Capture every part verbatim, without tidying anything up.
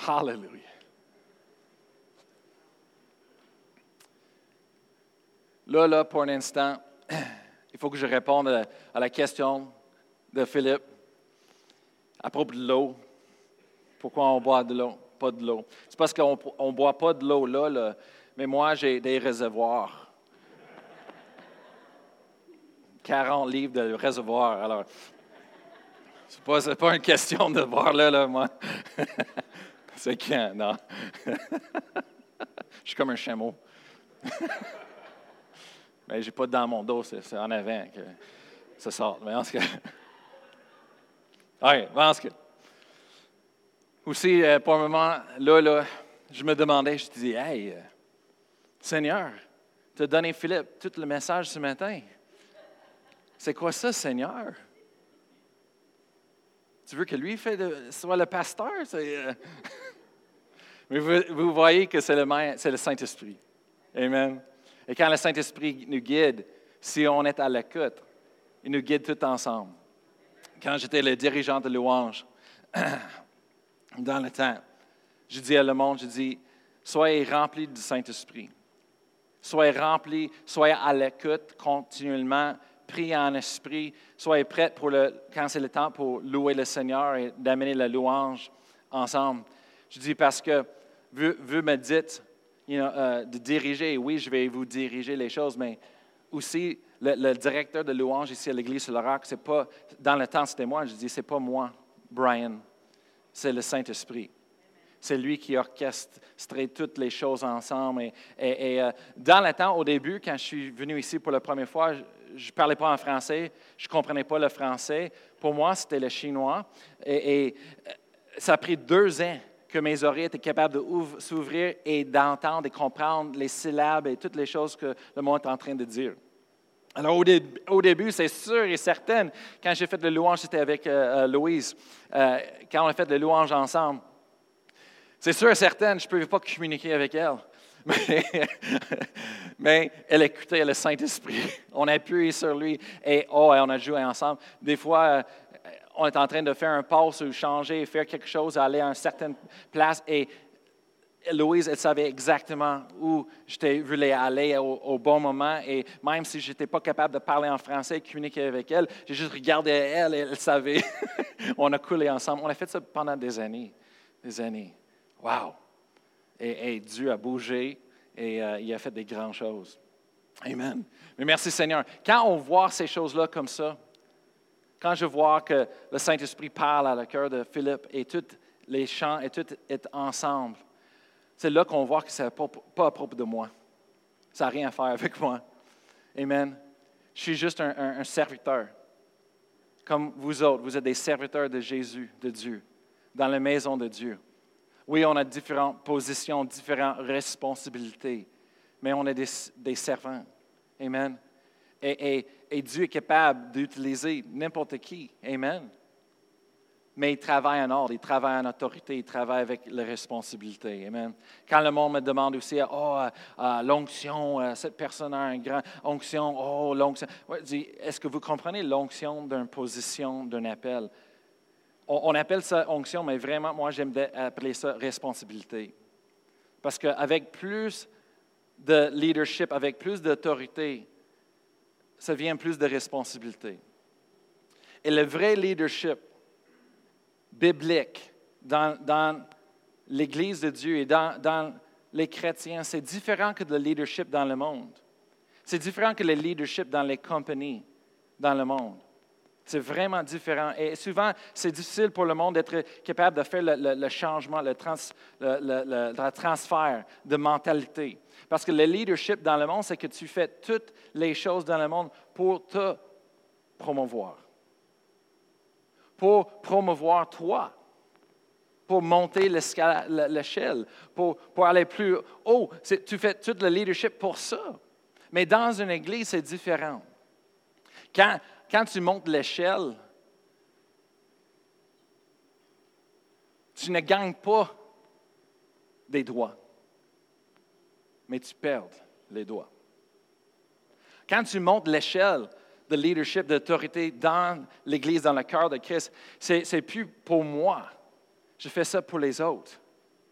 Hallelujah. Là, là, pour un instant, il faut que je réponde à, à la question de Philippe à propos de l'eau. Pourquoi on boit de l'eau, pas de l'eau? C'est parce qu'on ne boit pas de l'eau là, là, mais moi, j'ai des réservoirs. quarante livres de réservoirs, alors... C'est pas, c'est pas une question de boire là, là, moi. C'est quand, non. Je suis comme un chameau. Mais j'ai pas de dans mon dos, c'est, c'est en avant que ça sort. Mais en tout cas... Oui, en tout cas. Aussi, euh, pour un moment, là, là, je me demandais, je disais, hey, euh, Seigneur, tu as donné Philippe tout le message ce matin. C'est quoi ça, Seigneur? Tu veux que lui fait de, soit le pasteur? C'est, euh... Mais vous, vous voyez que c'est le, c'est le Saint-Esprit. Amen. Et quand le Saint-Esprit nous guide, si on est à l'écoute, il nous guide tout ensemble. Quand j'étais le dirigeant de louange, dans le temps, je dis à le monde, je dis, soyez remplis du Saint-Esprit. Soyez remplis, soyez à l'écoute continuellement, priez en esprit, soyez prêts pour le, quand c'est le temps pour louer le Seigneur et d'amener la louange ensemble. Je dis parce que vous, vous me dites you know, euh, de diriger, oui, je vais vous diriger les choses, mais aussi le, le directeur de louange ici à l'Église sur le Roc, c'est pas, dans le temps c'était moi, je dis, c'est pas moi, Brian, c'est le Saint-Esprit. C'est lui qui orchestrait toutes les choses ensemble. Et, et, et euh, dans le temps, au début, quand je suis venu ici pour la première fois, je ne parlais pas en français, je ne comprenais pas le français. Pour moi, c'était le chinois. Et, et ça a pris deux ans que mes oreilles étaient capables de ouvre, s'ouvrir et d'entendre et comprendre les syllabes et toutes les choses que le monde est en train de dire. Alors, au, dé, au début, c'est sûr et certain, quand j'ai fait le louange, c'était avec euh, Louise, euh, quand on a fait le louange ensemble, c'est sûr et certain, je ne pouvais pas communiquer avec elle. Mais, mais elle écoutait le Saint-Esprit. On a appuyé sur lui et oh, on a joué ensemble. Des fois, on est en train de faire un passe ou changer, faire quelque chose, aller à une certaine place et Louise, elle savait exactement où je voulais aller au, au bon moment. Et même si je n'étais pas capable de parler en français et communiquer avec elle, j'ai juste regardé elle et elle savait. On a coulé ensemble. On a fait ça pendant des années. Des années. Wow! Et, et Dieu a bougé et euh, il a fait des grandes choses. Amen. Mais merci Seigneur. Quand on voit ces choses-là comme ça, quand je vois que le Saint-Esprit parle à le cœur de Philippe et tous les chants et tout est ensemble, c'est là qu'on voit que ce n'est pas, pas à propos de moi. Ça n'a rien à faire avec moi. Amen. Je suis juste un, un, un serviteur. Comme vous autres, vous êtes des serviteurs de Jésus, de Dieu, dans la maison de Dieu. Oui, on a différentes positions, différentes responsabilités, mais on est des, des servants. Amen. Et, et, et Dieu est capable d'utiliser n'importe qui. Amen. Mais il travaille en ordre, il travaille en autorité, il travaille avec la responsabilité. Amen. Quand le monde me demande aussi, oh, euh, l'onction, euh, cette personne a une grande onction, oh, l'onction. Ouais, je dis, est-ce que vous comprenez l'onction d'une position, d'un appel? On appelle ça onction, mais vraiment, moi, j'aime appeler ça responsabilité. Parce qu'avec plus de leadership, avec plus d'autorité, ça vient plus de responsabilité. Et le vrai leadership biblique dans, dans l'Église de Dieu et dans, dans les chrétiens, c'est différent que le leadership dans le monde. C'est différent que le leadership dans les compagnies dans le monde. C'est vraiment différent. Et souvent, c'est difficile pour le monde d'être capable de faire le, le, le changement, le, trans, le, le, le transfert de mentalité. Parce que le leadership dans le monde, c'est que tu fais toutes les choses dans le monde pour te promouvoir. Pour promouvoir toi. Pour monter l'échelle. Pour, pour aller plus haut. C'est, tu fais tout le leadership pour ça. Mais dans une église, c'est différent. Quand... Quand tu montes l'échelle, tu ne gagnes pas des droits, mais tu perds les droits. Quand tu montes l'échelle de leadership, d'autorité dans l'Église, dans le cœur de Christ, c'est, c'est plus pour moi. Je fais ça pour les autres.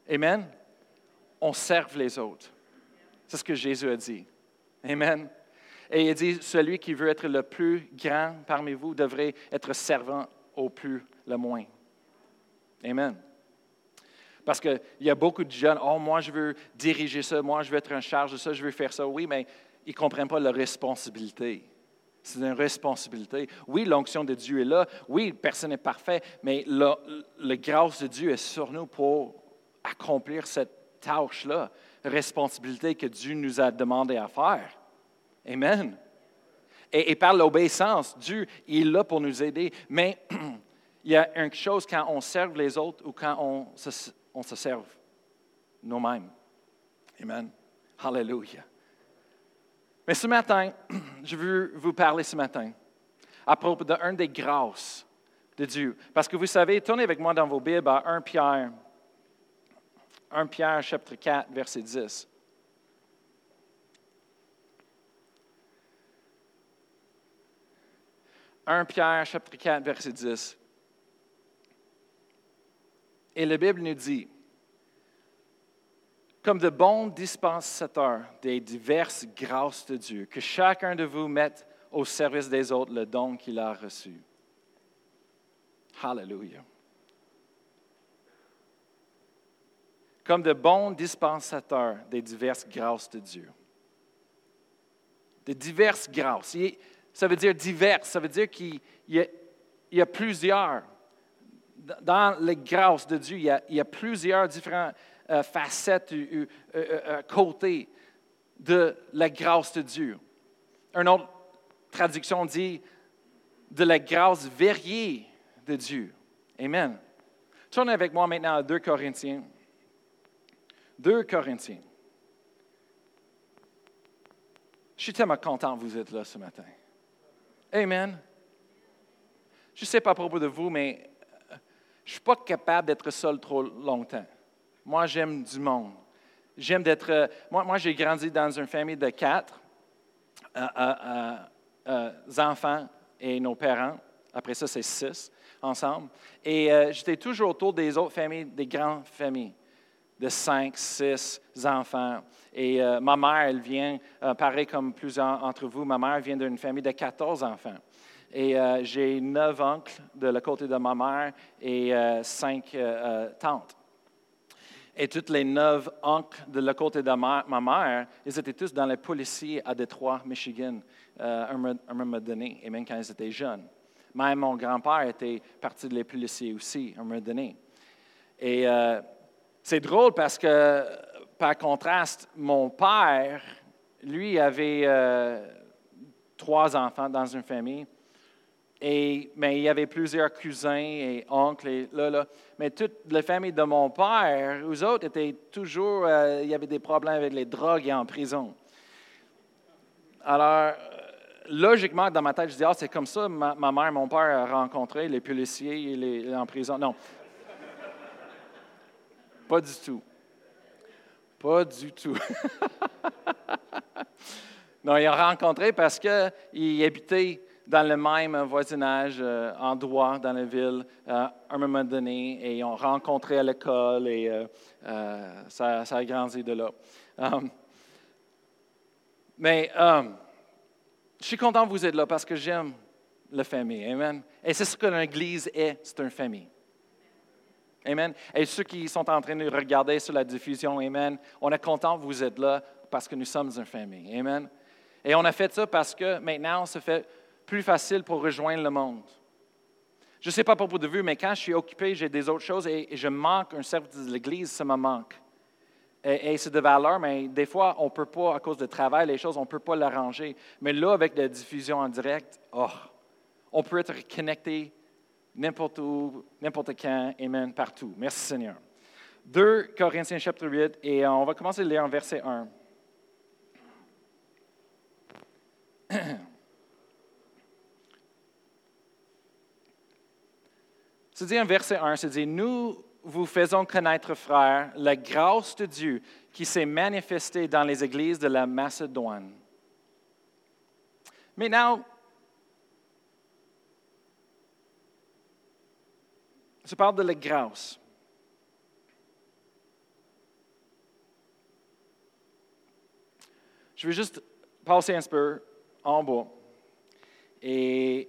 Amen. On serve les autres. C'est ce que Jésus a dit. Amen. Et il dit, celui qui veut être le plus grand parmi vous devrait être servant au plus le moins. Amen. Parce qu'il y a beaucoup de jeunes, « Oh, moi, je veux diriger ça, moi, je veux être en charge de ça, je veux faire ça. » Oui, mais ils ne comprennent pas la responsabilité. C'est une responsabilité. Oui, l'onction de Dieu est là. Oui, personne n'est parfait, mais la, la grâce de Dieu est sur nous pour accomplir cette tâche-là, responsabilité que Dieu nous a demandé à faire. Amen. Et, et par l'obéissance, Dieu il est là pour nous aider. Mais il y a une chose quand on sert les autres ou quand on se, on se sert nous-mêmes. Amen. Hallelujah. Mais ce matin, je veux vous parler ce matin à propos d'une des grâces de Dieu. Parce que vous savez, tournez avec moi dans vos Bibles à Première Pierre, Première Pierre chapitre quatre, verset dix. Première Pierre chapitre quatre, verset dix. Et la Bible nous dit, comme de bons dispensateurs des diverses grâces de Dieu, que chacun de vous mette au service des autres le don qu'il a reçu. Hallelujah. Comme de bons dispensateurs des diverses grâces de Dieu. Des diverses grâces. Ça veut dire diverses, ça veut dire qu'il y a, il y a plusieurs. Dans les grâces de Dieu, il y a, il y a plusieurs différents euh, facettes, euh, euh, euh, côtés de la grâce de Dieu. Une autre traduction dit de la grâce variée de Dieu. Amen. Tournez avec moi maintenant à deux Corinthiens. deux Corinthiens. Je suis tellement content que vous êtes là ce matin. Amen. Je ne sais pas à propos de vous, mais je ne suis pas capable d'être seul trop longtemps. Moi, j'aime du monde. J'aime d'être... Moi, moi j'ai grandi dans une famille de quatre euh, euh, euh, enfants et nos parents. Après ça, c'est six ensemble. Et euh, j'étais toujours autour des autres familles, des grandes familles, de cinq, six enfants. Et euh, ma mère, elle vient, euh, pareil comme plusieurs d'entre vous, ma mère vient d'une famille de quatorze enfants. Et euh, j'ai neuf oncles de le côté de ma mère et euh, cinq euh, tantes. Et tous les neuf oncles de le côté de ma, ma mère, ils étaient tous dans les policiers à Détroit, Michigan, euh, un moment donné, et même quand ils étaient jeunes. Même mon grand-père était parti des policiers aussi, un moment donné. Et euh, c'est drôle parce que, par contraste, mon père, lui, avait euh, trois enfants dans une famille. Et, mais il y avait plusieurs cousins et oncles, et là, là. Mais toute la famille de mon père, eux autres étaient toujours, euh, il y avait des problèmes avec les drogues et en prison. Alors, logiquement, dans ma tête, je dis, ah, c'est comme ça, ma, ma mère et mon père a rencontré les policiers et les, les en prison. Non. Pas du tout. Pas du tout. Non, ils ont rencontré parce qu'ils habitaient dans le même voisinage, euh, endroit dans la ville, euh, à un moment donné, et ils ont rencontré à l'école, et euh, euh, ça, ça a grandi de là. Um, mais um, je suis content que vous êtes là parce que j'aime la famille. Amen. Et c'est ce que l'Église est, c'est une famille. Amen. Et ceux qui sont en train de regarder sur la diffusion, amen, on est content que vous êtes là parce que nous sommes une famille. Amen. Et on a fait ça parce que maintenant, ça fait plus facile pour rejoindre le monde. Je ne sais pas pour vous de vue, mais quand je suis occupé, j'ai des autres choses et je manque un service de l'Église, ça me manque. Et, et c'est de valeur, mais des fois, on ne peut pas, à cause du travail, les choses, on ne peut pas l'arranger. Mais là, avec la diffusion en direct, oh, on peut être connecté n'importe où, n'importe quand, amen, partout. Merci Seigneur. deux Corinthiens chapitre huit, et on va commencer à lire en verset un. C'est dit en verset un, c'est dit, « Nous vous faisons connaître, frères, la grâce de Dieu qui s'est manifestée dans les églises de la Macédoine. » Maintenant, je parle de la grâce. Je vais juste passer un peu en bas. Et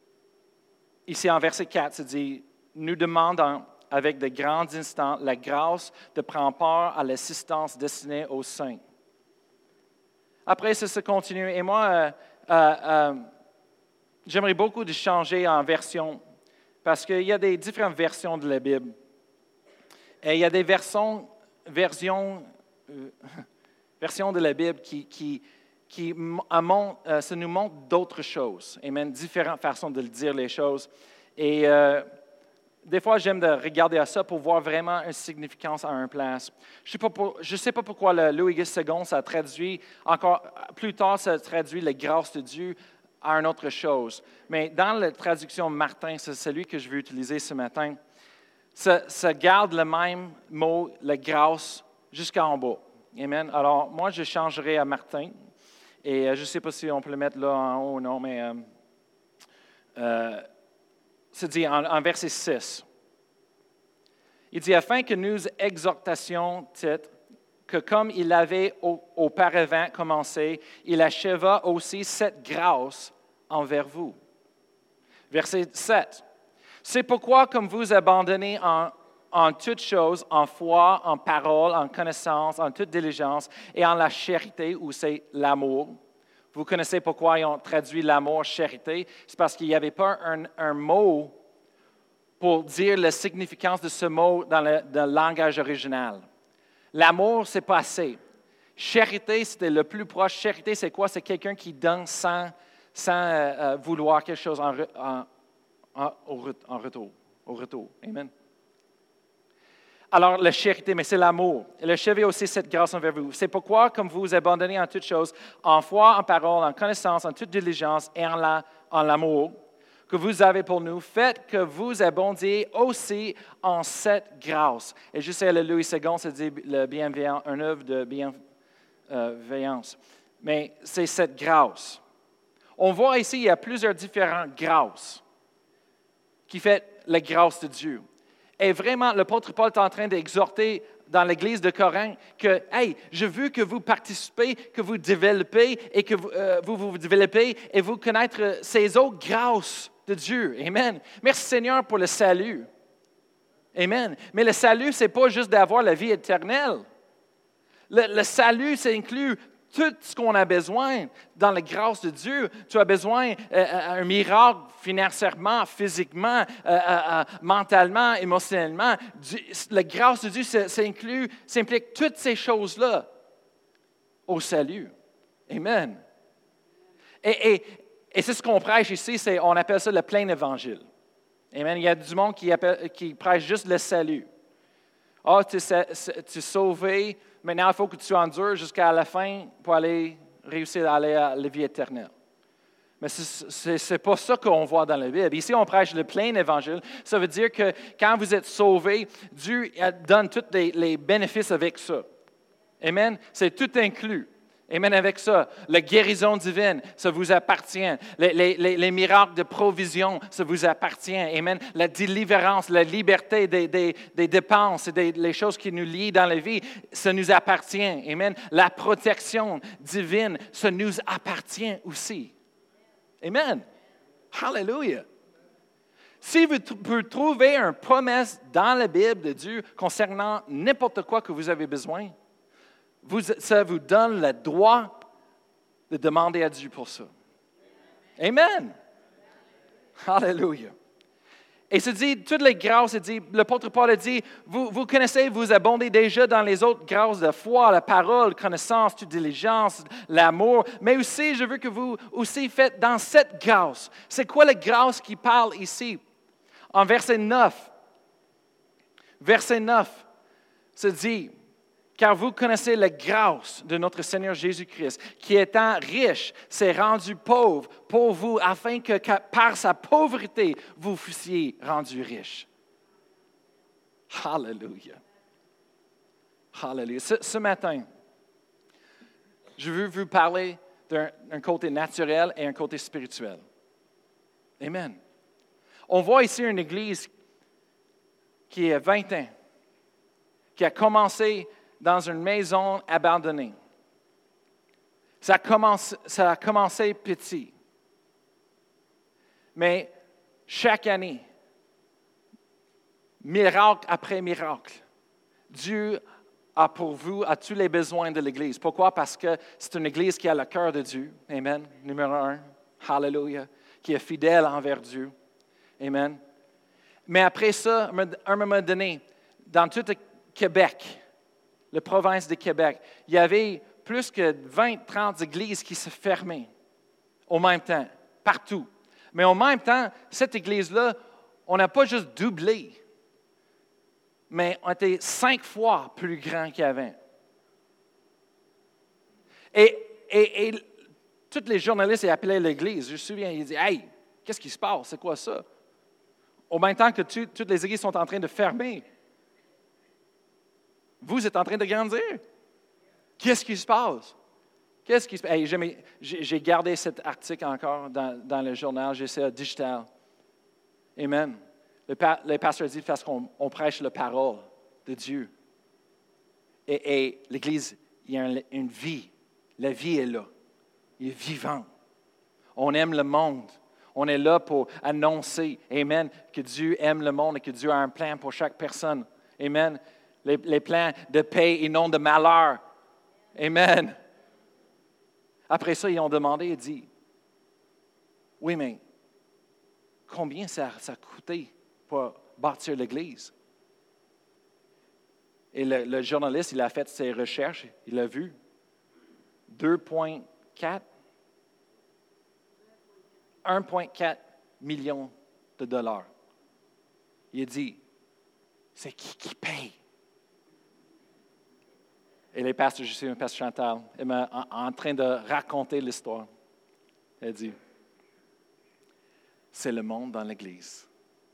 ici, en verset quatre, ça dit, « Nous demandons avec de grands instants la grâce de prendre part à l'assistance destinée aux saints. » Après, ça se continue. Et moi, euh, euh, euh, j'aimerais beaucoup de changer en version, parce qu'il y a des différentes versions de la Bible. Et il y a des versions, versions, euh, versions de la Bible qui, qui, qui euh, ça nous montre d'autres choses. Amen. Différentes façons de dire les choses. Et euh, des fois, j'aime de regarder à ça pour voir vraiment une significance à un place. Je ne sais pas pourquoi le Louis-Auguste deux, ça traduit, encore plus tard, ça traduit la grâce de Dieu à une autre chose. Mais dans la traduction Martin, c'est celui que je vais utiliser ce matin, ça, ça garde le même mot, la grâce, jusqu'en bas. Amen. Alors, moi, je changerai à Martin. Et euh, je ne sais pas si on peut le mettre là en haut ou non, mais euh, euh, c'est dit en, en verset six. Il dit, afin que nous exhortassions, Tite, que comme il avait auparavant commencé, il acheva aussi cette grâce envers vous. Verset sept. C'est pourquoi, comme vous abandonnez en, en toutes choses, en foi, en parole, en connaissance, en toute diligence et en la charité, où c'est l'amour. Vous connaissez pourquoi ils ont traduit l'amour charité? C'est parce qu'il n'y avait pas un, un mot pour dire la significance de ce mot dans le, dans le langage original. L'amour, c'est pas assez. Charité, c'était le plus proche. Charité, c'est quoi? C'est quelqu'un qui donne sans, sans euh, vouloir quelque chose en, en, en, en retour. Au retour. Amen. Alors, la charité, mais c'est l'amour. Il achevait aussi cette grâce envers vous. C'est pourquoi, comme vous vous abandonnez en toutes choses, en foi, en parole, en connaissance, en toute diligence et en, la, en l'amour que vous avez pour nous, faites que vous abondiez aussi en cette grâce. Et je sais, le Louis deux, ça dit le bienveillant, un œuvre de bienveillance. Mais c'est cette grâce. On voit ici, il y a plusieurs différentes grâces qui font la grâce de Dieu. Et vraiment, l'apôtre Paul est en train d'exhorter dans l'Église de Corinthe que, hey, je veux que vous participez, que vous développez et que vous euh, vous, vous développez et vous connaître ces autres grâces de Dieu. Amen. Merci Seigneur pour le salut. Amen. Mais le salut, ce n'est pas juste d'avoir la vie éternelle. Le, le salut, ça inclut tout ce qu'on a besoin dans la grâce de Dieu. Tu as besoin d'un euh, miracle financièrement, physiquement, euh, euh, mentalement, émotionnellement. Du, la grâce de Dieu, ça, ça, inclut, ça implique toutes ces choses-là au salut. Amen. Et, et, et c'est ce qu'on prêche ici, c'est, on appelle ça le plein évangile. Amen. Il y a du monde qui, appelle, qui prêche juste le salut. Ah, oh, tu es sauvé, maintenant il faut que tu endures jusqu'à la fin pour aller réussir à aller à la vie éternelle. Mais ce n'est pas ça qu'on voit dans la Bible. Ici, on prêche le plein évangile. Ça veut dire que quand vous êtes sauvé, Dieu donne tous les, les bénéfices avec ça. Amen. C'est tout inclus. Amen avec ça. La guérison divine, ça vous appartient. Les, les, les, les miracles de provision, ça vous appartient. Amen. La délivrance, la liberté des, des, des dépenses et des les choses qui nous lient dans la vie, ça nous appartient. Amen. La protection divine, ça nous appartient aussi. Amen. Hallelujah. Si vous pouvez trouver une promesse dans la Bible de Dieu concernant n'importe quoi que vous avez besoin, Vous, ça vous donne le droit de demander à Dieu pour ça. Amen. Hallelujah. Et ça dit, toutes les grâces, ça dit, l'apôtre Paul a dit, vous, vous connaissez, vous abondez déjà dans les autres grâces de foi, la parole, connaissance, toute diligence, l'amour, mais aussi, je veux que vous aussi faites dans cette grâce. C'est quoi la grâce qui parle ici? En verset neuf, verset neuf, ça dit, car vous connaissez la grâce de notre Seigneur Jésus-Christ, qui étant riche, s'est rendu pauvre pour vous, afin que par sa pauvreté, vous fussiez rendus riches. Hallelujah. Hallelujah. Ce, ce matin, je veux vous parler d'un, d'un côté naturel et un côté spirituel. Amen. On voit ici une église qui a vingt ans, qui a commencé dans une maison abandonnée. Ça a commencé, ça a commencé petit. Mais chaque année, miracle après miracle, Dieu a pourvu à tous les besoins de l'Église. Pourquoi? Parce que c'est une Église qui a le cœur de Dieu. Amen. Numéro un. Hallelujah. Qui est fidèle envers Dieu. Amen. Mais après ça, à un moment donné, dans tout le Québec, la province de Québec, il y avait plus que vingt, trente églises qui se fermaient au même temps, partout. Mais en même temps, cette église-là, on n'a pas juste doublé, mais on était cinq fois plus grand qu'avant. Et, et, et tous les journalistes ils appelaient l'église. Je me souviens, ils disaient « Hey, qu'est-ce qui se passe? C'est quoi ça? » Au même temps que tu, toutes les églises sont en train de fermer, vous êtes en train de grandir. Qu'est-ce qui se passe? Qu'est-ce qui se passe? Hey, j'ai, j'ai gardé cet article encore dans, dans le journal, j'ai ça digital. Amen. Le, pa, le pasteur dit parce qu'on on prêche la parole de Dieu. Et, et l'Église, il y a une, une vie. La vie est là. Il est vivant. On aime le monde. On est là pour annoncer, amen, que Dieu aime le monde et que Dieu a un plan pour chaque personne. Amen. Les, les plans de paix et non de malheur. Amen. Après ça, ils ont demandé et dit, oui, mais combien ça, ça a coûté pour bâtir l'Église? Et le, le journaliste, il a fait ses recherches, il a vu deux virgule quatre un virgule quatre million de dollars. Il a dit, c'est qui qui paye? Et les pasteurs, je suis un pasteur Chantal, elle est en, en train de raconter l'histoire. Elle dit, c'est le monde dans l'Église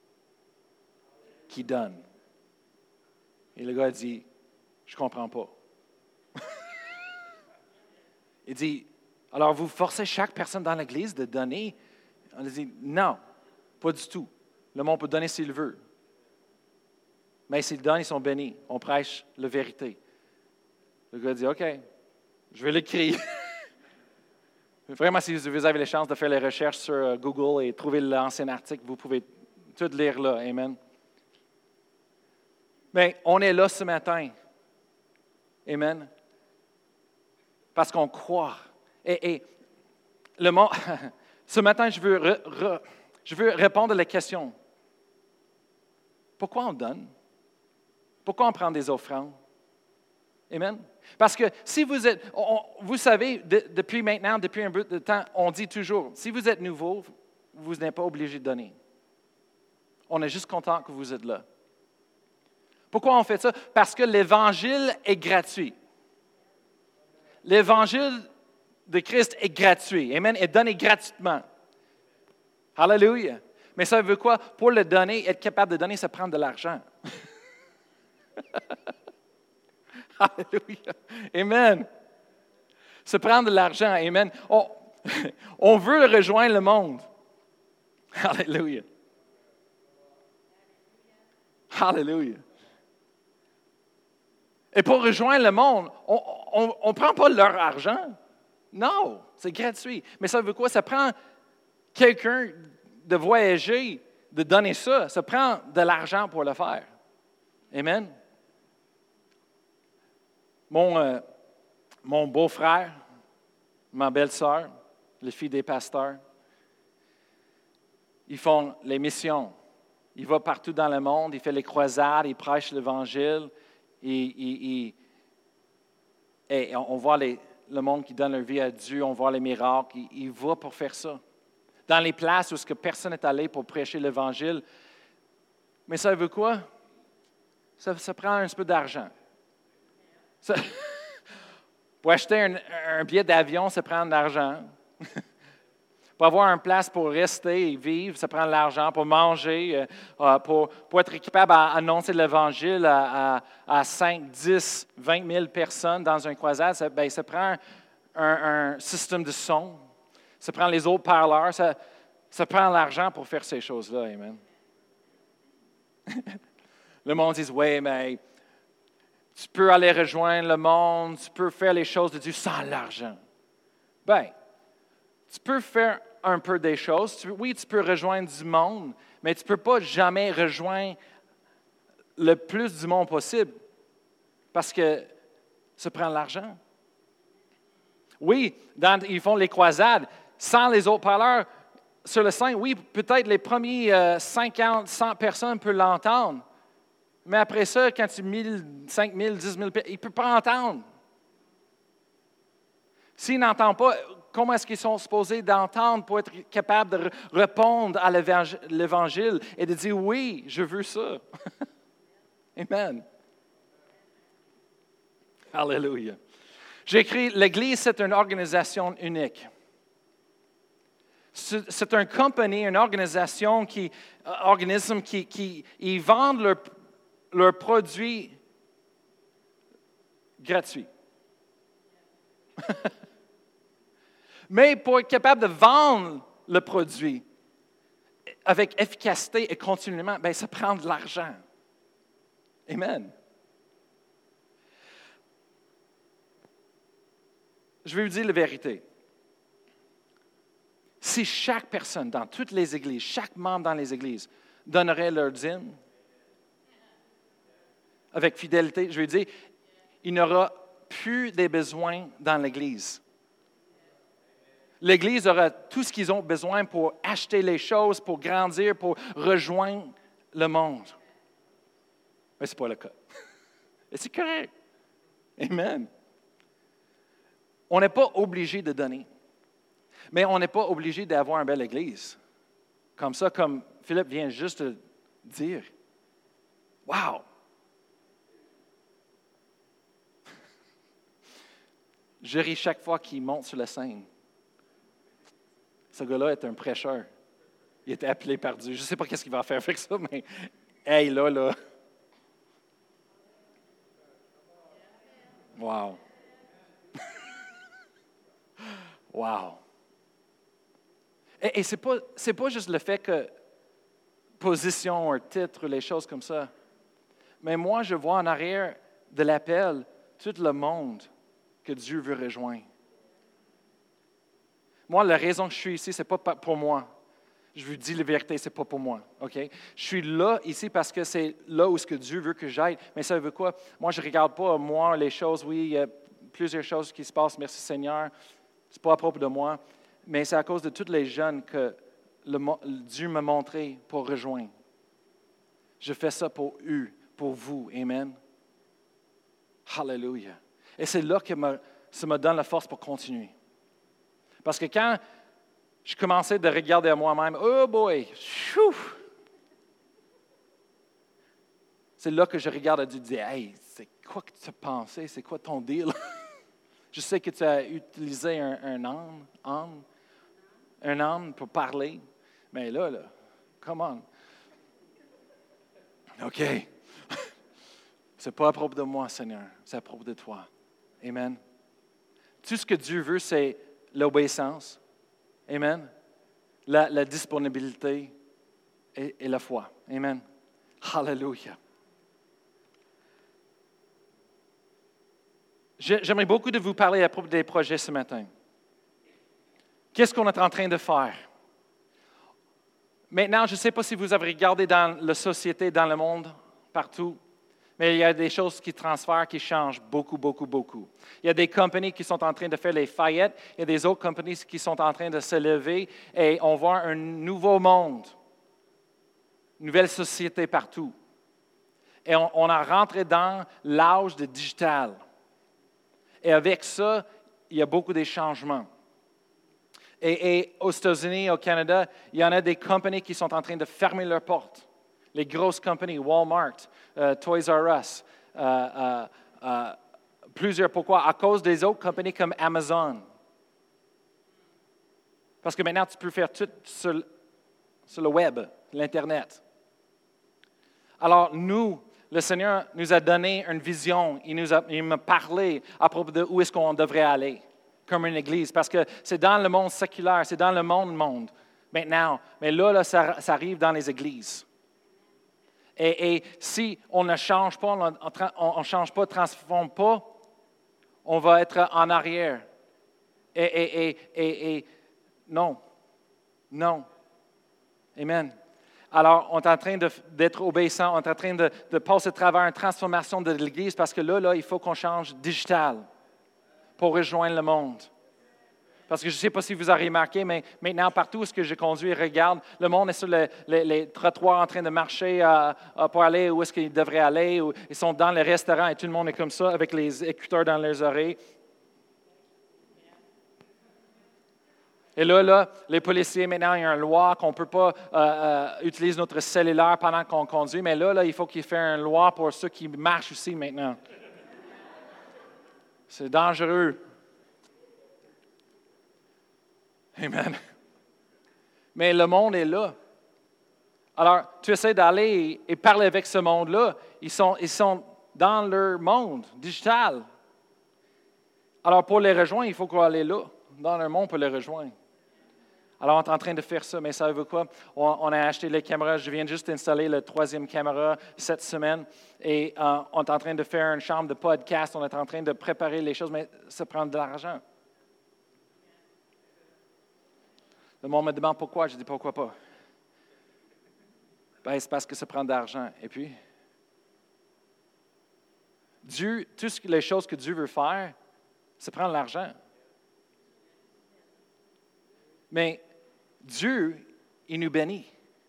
qui donne. Et le gars a dit, je ne comprends pas. Il dit, alors vous forcez chaque personne dans l'Église de donner? On a dit, non, pas du tout. Le monde peut donner s'il veut. Mais s'ils donnent, ils sont bénis. On prêche la vérité. Le gars dit, OK, je vais l'écrire. Vraiment, si vous avez la chance de faire les recherches sur Google et trouver l'ancien article, vous pouvez tout lire là. Amen. Mais on est là ce matin. Amen. Parce qu'on croit. Et, et le monde, ce matin, je veux, re, re, je veux répondre à la question. Pourquoi on donne? Pourquoi on prend des offrandes? Amen. Parce que si vous êtes, on, vous savez, de, depuis maintenant, depuis un bout de temps, on dit toujours, si vous êtes nouveau, vous n'êtes pas obligé de donner. On est juste content que vous êtes là. Pourquoi on fait ça? Parce que l'Évangile est gratuit. L'Évangile de Christ est gratuit. Amen. Est donné gratuitement. Alléluia. Mais ça veut quoi? Pour le donner, être capable de donner, ça prend de l'argent. Alléluia. Amen. Se prendre de l'argent. Amen. On, on veut rejoindre le monde. Alléluia. Alléluia. Et pour rejoindre le monde, on ne prend pas leur argent. Non, c'est gratuit. Mais ça veut quoi? Ça prend quelqu'un de voyager, de donner ça. Ça prend de l'argent pour le faire. Amen. Mon, euh, mon beau-frère, ma belle-sœur, les filles des pasteurs, ils font les missions. Ils vont partout dans le monde, ils font les croisades, ils prêchent l'Évangile. Et, et, et, et on voit les, le monde qui donne leur vie à Dieu, on voit les miracles. Ils, ils vont pour faire ça. Dans les places où que personne n'est allé pour prêcher l'Évangile. Mais ça veut quoi? Ça, ça prend un peu d'argent. Ça, pour acheter un, un billet d'avion, ça prend de l'argent. Pour avoir une place pour rester et vivre, ça prend de l'argent. Pour manger, euh, pour, pour être capable d'annoncer l'Évangile à, à, à cinq, dix, vingt mille personnes dans une croisade, ça, ben, ça prend un, un système de son. Ça prend les autres parleurs. Ça, ça prend l'argent pour faire ces choses-là. Amen. Le monde dit, oui, mais tu peux aller rejoindre le monde, tu peux faire les choses de Dieu sans l'argent. Bien, tu peux faire un peu des choses. Tu- oui, tu peux rejoindre du monde, mais tu ne peux pas jamais rejoindre le plus du monde possible parce que ça prend de l'argent. Oui, dans- ils font les croisades sans les autres parleurs sur le scène. Oui, peut-être les premiers euh, cinquante, cent personnes peuvent l'entendre. Mais après ça, quand tu mille, cinq mille, dix mille, ils ne peuvent pas entendre. S'ils n'entendent pas, comment est-ce qu'ils sont supposés d'entendre pour être capables de répondre à l'Évangile et de dire oui, je veux ça. Amen. Alléluia. J'ai écrit, l'Église, c'est une organisation unique. C'est une compagnie, une organisation qui, un organisme qui, qui ils vendent leurs leur produits gratuits. Mais pour être capable de vendre le produit avec efficacité et continuellement, bien, ça prend de l'argent. Amen. Je vais vous dire la vérité. Si chaque personne dans toutes les églises, chaque membre dans les églises donnerait leur dîme avec fidélité, je vais dire, il n'y aura plus des besoins dans l'Église. L'Église aura tout ce qu'ils ont besoin pour acheter les choses, pour grandir, pour rejoindre le monde. Mais ce n'est pas le cas. Et c'est correct. Amen. On n'est pas obligé de donner. Mais on n'est pas obligé d'avoir une belle Église. Comme ça, comme Philippe vient juste de dire. Wow! Je ris chaque fois qu'il monte sur la scène. Ce gars-là est un prêcheur. Il était appelé par Dieu. Je ne sais pas qu'est-ce qu'il va faire avec ça, mais hey, là, là. Wow. Wow. Et, et ce n'est pas, c'est pas juste le fait que position, un titre, les choses comme ça. Mais moi, je vois en arrière de l'appel tout le monde que Dieu veut rejoindre. Moi, la raison que je suis ici, ce n'est pas pour moi. Je vous dis la vérité, ce n'est pas pour moi. OK? Je suis là, ici, parce que c'est là où ce que Dieu veut que j'aille. Mais ça veut quoi? Moi, je ne regarde pas, moi, les choses. Oui, il y a plusieurs choses qui se passent. Merci Seigneur. Ce n'est pas à propos de moi. Mais c'est à cause de tous les jeunes que le, Dieu m'a montré pour rejoindre. Je fais ça pour eux, pour vous. Amen. Hallelujah. Et c'est là que me, ça me donne la force pour continuer. Parce que quand je commençais de regarder à moi-même, oh boy, chou! C'est là que je regarde à Dieu et dis, hey, c'est quoi que tu as pensé? C'est quoi ton deal? Je sais que tu as utilisé un, un âme, âme, un âme pour parler, mais là, là, come on. OK. C'est pas à propos de moi, Seigneur, c'est à propos de toi. Amen. Tout ce que Dieu veut, c'est l'obéissance. Amen. La, la disponibilité et, et la foi. Amen. Hallelujah. J'aimerais beaucoup de vous parler à propos des projets ce matin. Qu'est-ce qu'on est en train de faire? Maintenant, je ne sais pas si vous avez regardé dans la société, dans le monde, partout, mais il y a des choses qui transfèrent, qui changent beaucoup, beaucoup, beaucoup. Il y a des compagnies qui sont en train de faire les faillettes, il y a des autres compagnies qui sont en train de se lever et on voit un nouveau monde, une nouvelle société partout. Et on, on a rentré dans l'âge de digital. Et avec ça, il y a beaucoup de changements. Et, et aux États-Unis, au Canada, il y en a des compagnies qui sont en train de fermer leurs portes. Les grosses compagnies, Walmart, uh, Toys R Us, uh, uh, uh, plusieurs. Pourquoi? À cause des autres compagnies comme Amazon. Parce que maintenant, tu peux faire tout sur, sur le web, l'Internet. Alors, nous, le Seigneur nous a donné une vision. Il nous a, il m'a parlé à propos de où est-ce qu'on devrait aller comme une église. Parce que c'est dans le monde séculaire, c'est dans le monde monde maintenant. Mais là, là ça, ça arrive dans les églises. Et, et si on ne change pas, on ne change pas, transforme pas, on va être en arrière Et, et, et, et, et non. Non. Amen. Alors, on est en train de, d'être obéissant, on est en train de, de passer à travers une transformation de l'Église parce que là, là, il faut qu'on change digital pour rejoindre le monde. Parce que je ne sais pas si vous avez remarqué, mais maintenant, partout où je conduis et regarde, le monde est sur le, les, les trottoirs en train de marcher euh, euh, pour aller où est-ce qu'ils devraient aller. Ou ils sont dans les restaurants et tout le monde est comme ça avec les écouteurs dans leurs oreilles. Et là, là, les policiers, maintenant, il y a une loi qu'on ne peut pas euh, euh, utiliser notre cellulaire pendant qu'on conduit, mais là, là il faut qu'il fasse une loi pour ceux qui marchent aussi maintenant. C'est dangereux. Amen. Mais le monde est là. Alors, tu essaies d'aller et, et parler avec ce monde-là. Ils sont, ils sont dans leur monde digital. Alors, pour les rejoindre, il faut qu'on aille là, dans leur monde pour les rejoindre. Alors, on est en train de faire ça, mais savez-vous quoi? On, on a acheté les caméras. Je viens juste d'installer la troisième caméra cette semaine. Et euh, on est en train de faire une chambre de podcast. On est en train de préparer les choses, mais ça prend de l'argent. Le monde me demande pourquoi. Je dis pourquoi pas. Ben, c'est parce que ça prend de l'argent. Et puis, Dieu, toutes les choses que Dieu veut faire, ça prend de l'argent. Mais Dieu, il nous bénit.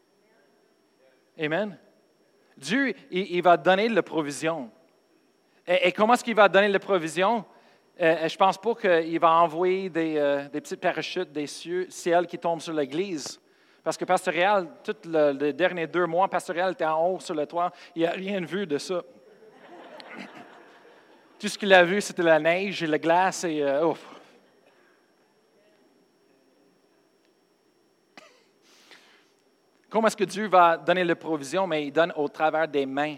Amen. Dieu, il, il va donner la provision. Et, et comment est-ce qu'il va donner la provision? Euh, je ne pense pas qu'il va envoyer des, euh, des petites parachutes des cieux, ciels qui tombent sur l'Église. Parce que Pasteur Réal, tous le, les derniers deux mois, Pasteur Réal était en haut sur le toit. Il n'a rien vu de ça. Tout ce qu'il a vu, c'était la neige et la glace. Et, euh, ouf. Comment est-ce que Dieu va donner la provision? Mais il donne au travers des mains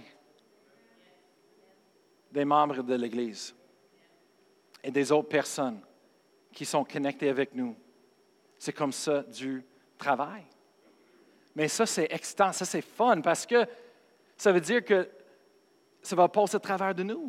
des membres de l'Église et des autres personnes qui sont connectées avec nous. C'est comme ça Dieu travaille. Mais ça, c'est excitant, ça, c'est fun parce que ça veut dire que ça va passer à travers de nous.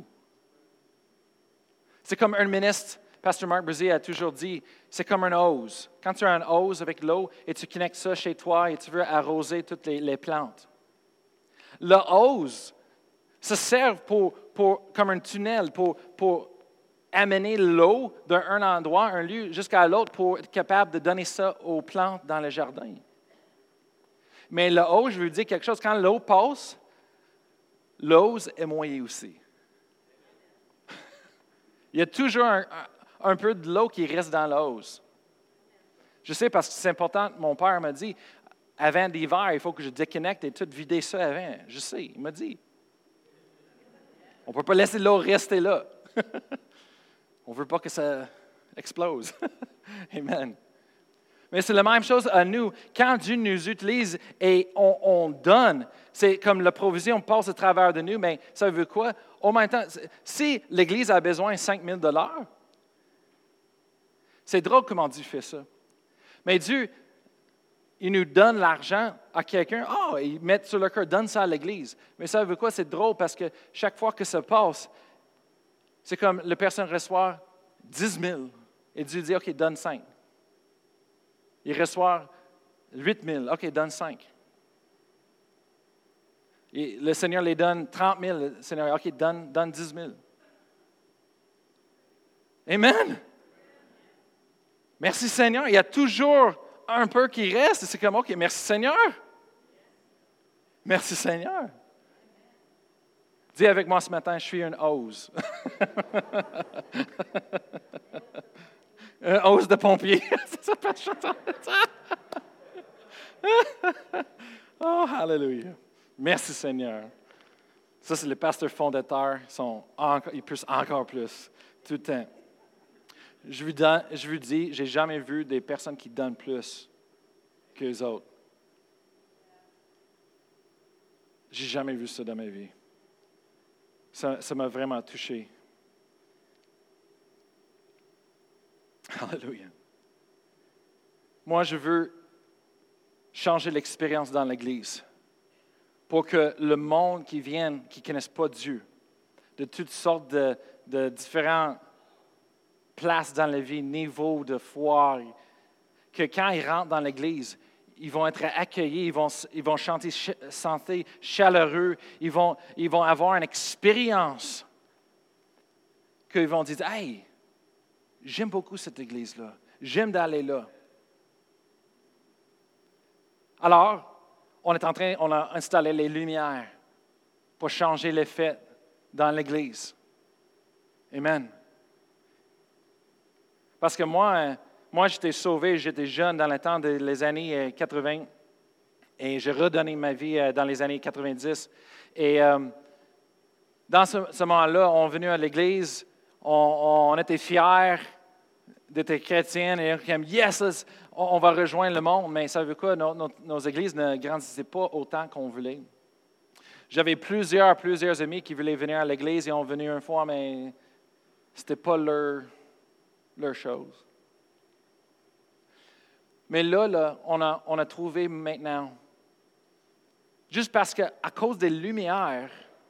C'est comme un ministre, Pasteur Marc Brésil a toujours dit, c'est comme une hose. Quand tu as une hose avec l'eau et tu connectes ça chez toi et tu veux arroser toutes les, les plantes. La hose, ça sert pour, pour, comme un tunnel pour, pour amener l'eau d'un endroit, un lieu, jusqu'à l'autre pour être capable de donner ça aux plantes dans le jardin. Mais la hose, je veux dire quelque chose, quand l'eau passe, l'hose est mouillée aussi. Il y a toujours un, un, un peu de l'eau qui reste dans l'hose. Je sais parce que c'est important, mon père m'a dit, avant l'hiver, il faut que je déconnecte et tout vider ça avant. Je sais, il m'a dit. On ne peut pas laisser l'eau rester là. On ne veut pas que ça explose. Amen. Mais c'est la même chose à nous. Quand Dieu nous utilise et on, on donne, c'est comme la provision passe à travers de nous, mais ça veut quoi? Au même temps, si l'Église a besoin de cinq mille dollars, c'est drôle comment Dieu fait ça. Mais Dieu, il nous donne l'argent à quelqu'un. Ah, oh, il met sur le cœur, donne ça à l'Église. Mais ça veut quoi? C'est drôle parce que chaque fois que ça passe, c'est comme la personne reçoit dix mille et Dieu dit, OK, donne cinq. Il reçoit huit mille. OK, donne cinq. Et le Seigneur les donne trente mille. Le Seigneur, OK, donne, donne dix mille. Amen. Merci Seigneur. Il y a toujours un peu qui reste. C'est comme, OK, merci Seigneur. Merci Seigneur. Dis avec moi ce matin, je suis une hose. Une hose de pompier. C'est ça, pas de chanteur. Oh, hallelujah. Merci Seigneur. Ça, c'est les pasteurs fondateurs. Ils, sont encore, ils poussent encore plus, tout le temps. Je vous, donne, je vous dis, je n'ai jamais vu des personnes qui donnent plus qu'eux autres. Je n'ai jamais vu ça dans ma vie. Ça, ça m'a vraiment touché. Alléluia. Moi, je veux changer l'expérience dans l'Église pour que le monde qui vient, qui ne connaisse pas Dieu, de toutes sortes de, de différentes place dans la vie, niveau de foi, que quand ils rentrent dans l'Église, ils vont être accueillis, ils vont, ils vont chanter, sentir chaleureux, ils vont, ils vont avoir une expérience qu'ils vont dire, « Hey, j'aime beaucoup cette Église-là, j'aime d'aller là. » Alors, on est en train, on a installé les lumières pour changer l'effet dans l'Église. Amen. Parce que moi, moi j'étais sauvé, j'étais jeune dans le temps des années quatre-vingt et j'ai redonné ma vie dans les années quatre-vingt-dix. Et euh, dans ce, ce moment-là, on est venu à l'Église, on, on était fiers d'être chrétiens et comme, yes, on va rejoindre le monde. Mais ça veut quoi? Nos, nos, nos églises ne grandissaient pas autant qu'on voulait. J'avais plusieurs, plusieurs amis qui voulaient venir à l'église et ont venu une fois, mais ce n'était pas leur, leur chose. Mais là, là on, a, on a trouvé maintenant, juste parce qu'à cause des lumières,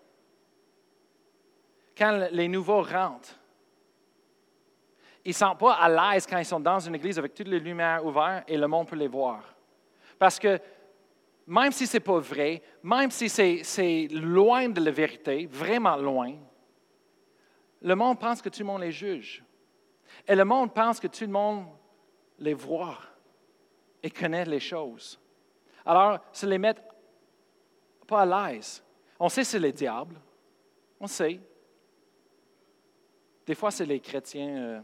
quand les nouveaux rentrent, ils ne sont pas à l'aise quand ils sont dans une église avec toutes les lumières ouvertes et le monde peut les voir. Parce que même si ce n'est pas vrai, même si c'est, c'est loin de la vérité, vraiment loin, le monde pense que tout le monde les juge. Et le monde pense que tout le monde les voit et connaît les choses. Alors, ça les met pas à l'aise. On sait que c'est les diables. On sait. Des fois, c'est les chrétiens. Euh,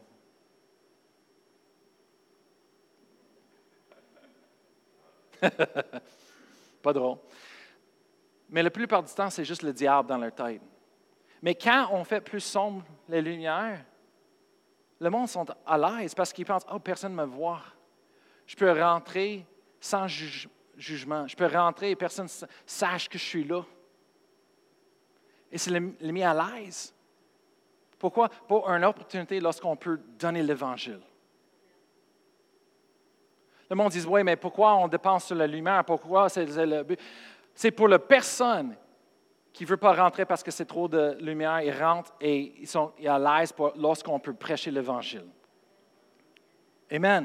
Pas drôle. Mais la plupart du temps, c'est juste le diable dans leur tête. Mais quand on fait plus sombre les lumières, le monde sont à l'aise parce qu'ils pensent « Oh, personne ne me voit. Je peux rentrer sans juge, jugement. Je peux rentrer et personne ne sache que je suis là. » Et c'est le, le mis à l'aise. Pourquoi? Pour une opportunité lorsqu'on peut donner l'Évangile. Le monde dit, oui, mais pourquoi on dépense sur la lumière? Pourquoi c'est, c'est le but? C'est pour la personne qui ne veut pas rentrer parce que c'est trop de lumière. Ils rentrent et ils sont ils à l'aise pour, lorsqu'on peut prêcher l'Évangile. Amen.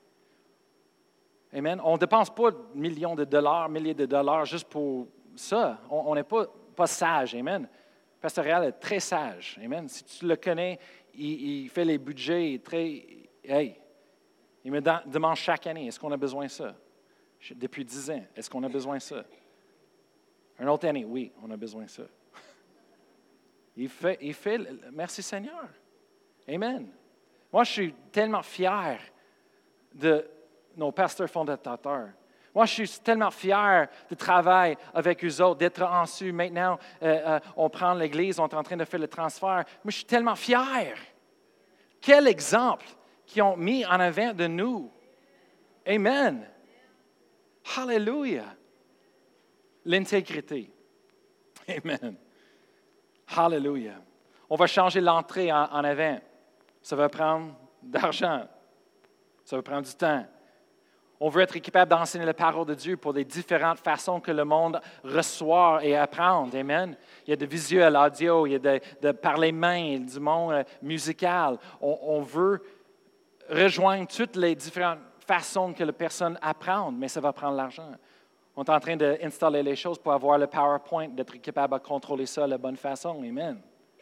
Amen. On ne dépense pas millions de dollars, milliers de dollars juste pour ça. On n'est pas, pas sage. Amen. Pasteur Réal est très sage. Amen. Si tu le connais, il, il fait les budgets très... Hey! Il me demande chaque année, est-ce qu'on a besoin de ça? Depuis dix ans, est-ce qu'on a besoin de ça? Une autre année, oui, on a besoin de ça. Il fait, il fait, merci Seigneur. Amen. Moi, je suis tellement fier de nos pasteurs fondateurs. Moi, je suis tellement fier de travailler avec eux autres, d'être ensuite. Maintenant, euh, euh, on prend l'Église, on est en train de faire le transfert. Moi, je suis tellement fier. Quel exemple qu'ils ont mis en avant de nous. Amen. Hallelujah. L'intégrité. Amen. Hallelujah. On va changer l'entrée en, en avant. Ça va prendre d'argent. Ça va prendre du temps. On veut être capable d'enseigner la parole de Dieu pour les différentes façons que le monde reçoit et apprend. Amen. Il y a de visuel, audio, il y a de, de par les mains, du monde euh, musical. On, on veut rejoindre toutes les différentes façons que la personne apprend, mais ça va prendre l'argent. On est en train d'installer les choses pour avoir le PowerPoint, d'être capable de contrôler ça de la bonne façon. Amen.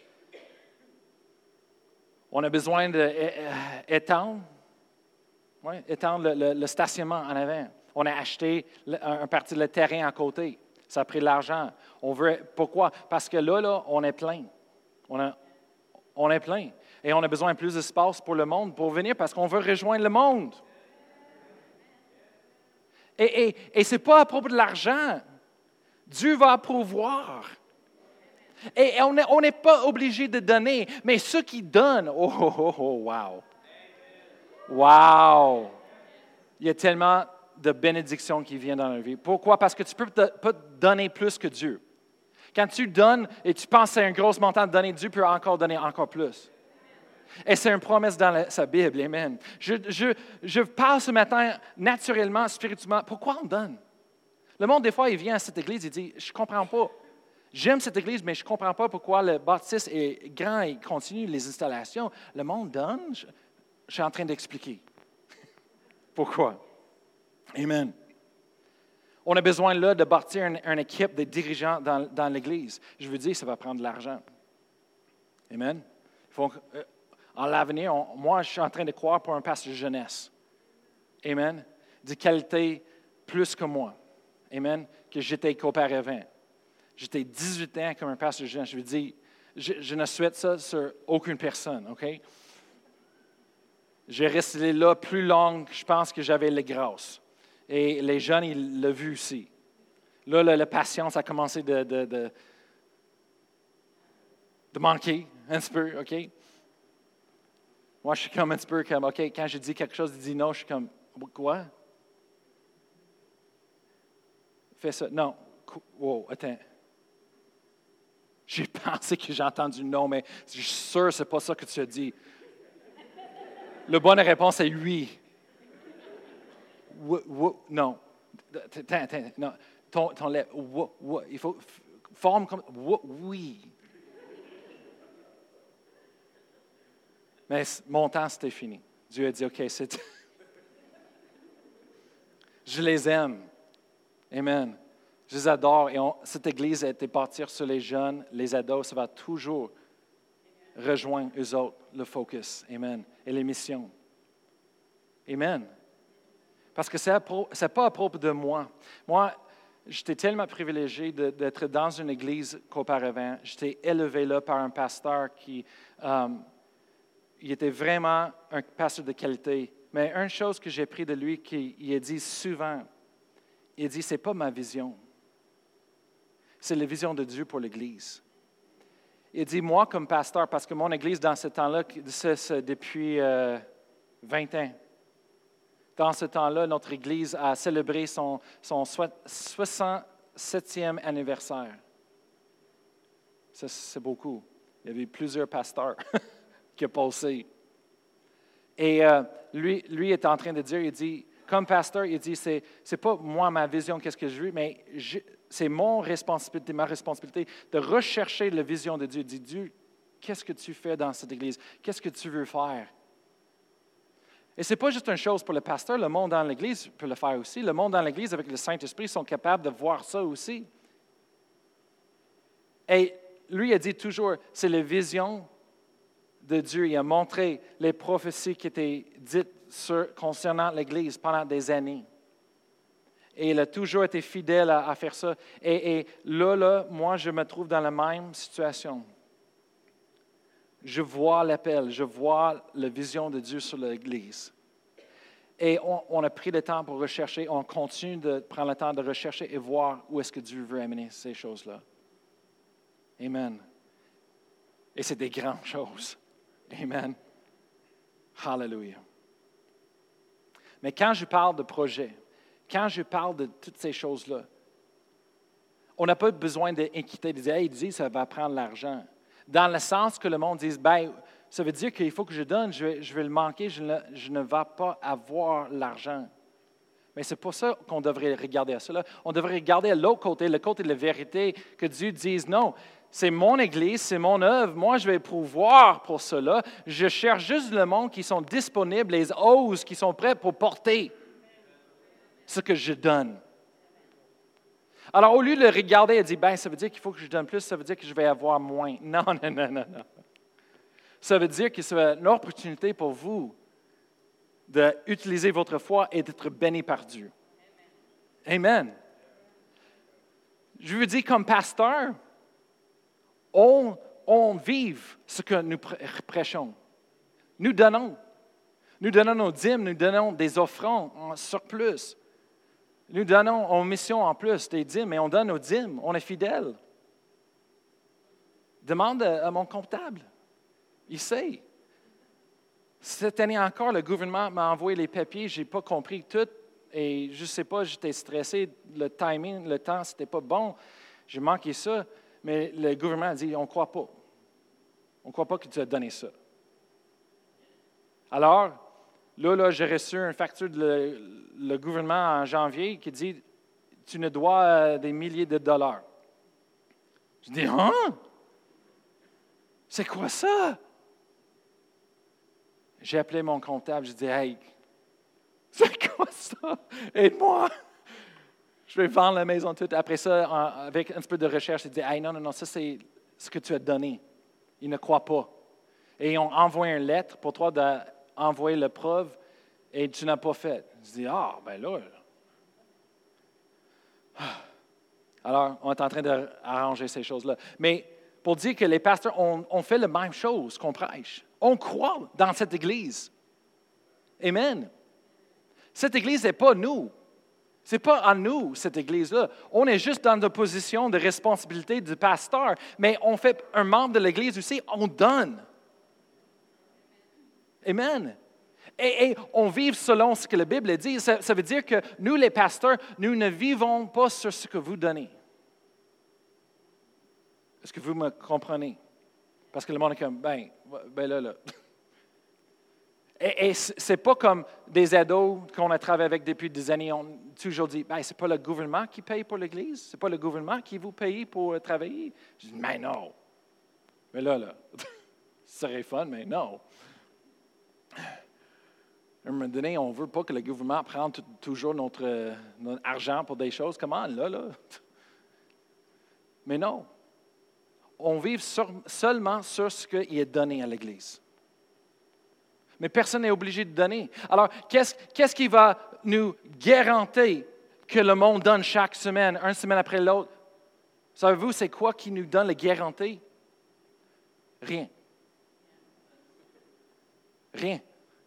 On a besoin d'étendre, oui, étendre le, le, le stationnement en avant. On a acheté un, un parti de terrain à côté. Ça a pris de l'argent. On veut, pourquoi? Parce que là, là, on est plein. On, a, on est plein. Et on a besoin de plus d'espace pour le monde pour venir parce qu'on veut rejoindre le monde. Et, et, et ce n'est pas à propos de l'argent. Dieu va pourvoir. Et on n'est on n'est pas obligé de donner, mais ceux qui donnent, oh, oh, oh, oh, wow. Wow! Il y a tellement de bénédictions qui viennent dans la vie. Pourquoi? Parce que tu ne peux pas donner plus que Dieu. Quand tu donnes et tu penses que c'est un gros montant de donner, Dieu peut encore donner encore plus. Et c'est une promesse dans la, sa Bible. Amen. Je, je, je parle ce matin naturellement, spirituellement. Pourquoi on donne? Le monde, des fois, il vient à cette église et dit, je ne comprends pas. J'aime cette église, mais je ne comprends pas pourquoi le bâtisse est grand et continue les installations. Le monde donne, je, je suis en train d'expliquer. Pourquoi? Amen. On a besoin là de bâtir une, une équipe de dirigeants dans, dans l'Église. Je veux dire, ça va prendre de l'argent. Amen. Il faut, euh, en l'avenir, on, moi, je suis en train de croire pour un pasteur de jeunesse. Amen. De qualité plus que moi. Amen. Que j'étais qu'auparavant. J'étais dix-huit ans comme un pasteur de jeunesse. Je veux dire, je, je ne souhaite ça sur aucune personne. OK? J'ai resté là plus long que je pense que j'avais les grâces. Et les jeunes, ils l'ont vu aussi. Là, la, la patience a commencé de, de, de, de manquer un petit peu, OK? Moi, je suis comme un petit peu comme, OK, quand je dis quelque chose, il dit non, je suis comme, quoi? Fais ça. Non. Wow, attends. J'ai pensé que j'ai entendu non, mais je suis sûr que ce n'est pas ça que tu as dit. La bonne réponse est oui. Non. Attends, attends, non. Ton, ton lait, il faut forme comme, oui. Mais mon temps, c'était fini. Dieu a dit, OK, c'est... Je les aime. Amen. Je les adore. Et on, cette Église a été bâtie sur les jeunes, les ados. Ça va toujours rejoindre eux autres, le focus. Amen. Et les missions. Amen. Parce que ce n'est pas à propos de moi. Moi, j'étais tellement privilégié de, d'être dans une église qu'auparavant. J'étais élevé là par un pasteur qui euh, il était vraiment un pasteur de qualité. Mais une chose que j'ai appris de lui, qu'il a dit souvent, il a dit, ce n'est pas ma vision. C'est la vision de Dieu pour l'Église. Il dit, moi, comme pasteur, parce que mon Église, dans ce temps-là, c'est, c'est depuis euh, vingt ans, dans ce temps-là, notre Église a célébré son, son soixante-septième anniversaire. Ça, c'est beaucoup. Il y avait plusieurs pasteurs qui ont passé. Et euh, lui, lui est en train de dire, il dit, comme pasteur, il dit, c'est c'est pas moi, ma vision, qu'est-ce que je veux, mais je, c'est mon responsabilité, ma responsabilité de rechercher la vision de Dieu. Il dit, Dieu, qu'est-ce que tu fais dans cette Église? Qu'est-ce que tu veux faire? Et ce n'est pas juste une chose pour le pasteur, le monde dans l'Église peut le faire aussi. Le monde dans l'Église, avec le Saint-Esprit, sont capables de voir ça aussi. Et lui a dit toujours, c'est la vision de Dieu. Il a montré les prophéties qui étaient dites sur, concernant l'Église pendant des années. Et il a toujours été fidèle à, à faire ça. Et, et là, là, moi, je me trouve dans la même situation. Je vois l'appel, je vois la vision de Dieu sur l'Église. Et on, on a pris le temps pour rechercher, on continue de prendre le temps de rechercher et voir où est-ce que Dieu veut amener ces choses-là. Amen. Et c'est des grandes choses. Amen. Hallelujah. Mais quand je parle de projet, quand je parle de toutes ces choses-là, on n'a pas besoin d'inquiéter, de dire, hey, dis, ça va prendre l'argent. Dans le sens que le monde dise, ben, ça veut dire qu'il faut que je donne, je vais, je vais le manquer, je ne, je ne vais pas avoir l'argent. Mais ce n'est pas ça qu'on devrait regarder à cela. On devrait regarder à l'autre côté, le côté de la vérité, que Dieu dise, non, c'est mon Église, c'est mon œuvre, moi je vais pouvoir pour cela. Je cherche juste le monde qui sont disponibles, les oses qui sont prêts pour porter ce que je donne. Alors, au lieu de le regarder et de dire, ben, ça veut dire qu'il faut que je donne plus, ça veut dire que je vais avoir moins. Non, non, non, non, non. Ça veut dire que c'est une opportunité pour vous d'utiliser votre foi et d'être béni par Dieu. Amen. Je veux dire, comme pasteur, on, on vive ce que nous prêchons. Nous donnons. Nous donnons nos dîmes, nous donnons des offrandes en surplus. Nous donnons aux missions en plus des dîmes, et on donne aux dîmes, on est fidèles. Demande à mon comptable. Il sait. Cette année encore, le gouvernement m'a envoyé les papiers, je n'ai pas compris tout, et je ne sais pas, j'étais stressé, le timing, le temps, ce n'était pas bon, j'ai manqué ça, mais le gouvernement a dit, on ne croit pas. On ne croit pas que tu as donné ça. Alors, là, là j'ai reçu une facture du le, le gouvernement en janvier qui dit, tu ne dois des milliers de dollars. Je dis, hein? C'est quoi ça? J'ai appelé mon comptable, je dis, hey, c'est quoi ça? Aide-moi! Je vais vendre la maison toute. Après ça, en, avec un petit peu de recherche, il dit, hey, non, non, non, ça c'est ce que tu as donné. Il ne croit pas. Et ils ont envoyé une lettre pour toi d'envoyer la preuve et tu n'as pas fait. Je dis, ah, ben là. Alors, on est en train d'arranger ces choses-là. Mais pour dire que les pasteurs ont, ont fait la même chose qu'on prêche. On croit dans cette Église. Amen. Cette Église n'est pas nous. Ce n'est pas à nous, cette Église-là. On est juste dans la position de responsabilité du pasteur, mais on fait un membre de l'Église aussi, on donne. Amen. Et, et on vit selon ce que la Bible dit. Ça, ça veut dire que nous, les pasteurs, nous ne vivons pas sur ce que vous donnez. Est-ce que vous me comprenez? Parce que le monde est comme, ben, ben là, là. Et, et ce n'est pas comme des ados qu'on a travaillé avec depuis des années. On a toujours dit, ben, ce n'est pas le gouvernement qui paye pour l'Église. Ce n'est pas le gouvernement qui vous paye pour travailler. Je dis, mais non. Mais là, là, ce serait fun, mais non. À un moment donné, on ne veut pas que le gouvernement prenne t- toujours notre, notre argent pour des choses. Comment, là, là? Mais non. On vit sur, seulement sur ce qui est donné à l'Église. Mais personne n'est obligé de donner. Alors, qu'est-ce, qu'est-ce qui va nous garantir que le monde donne chaque semaine, une semaine après l'autre? Savez-vous, c'est quoi qui nous donne la garantie? Rien. Rien.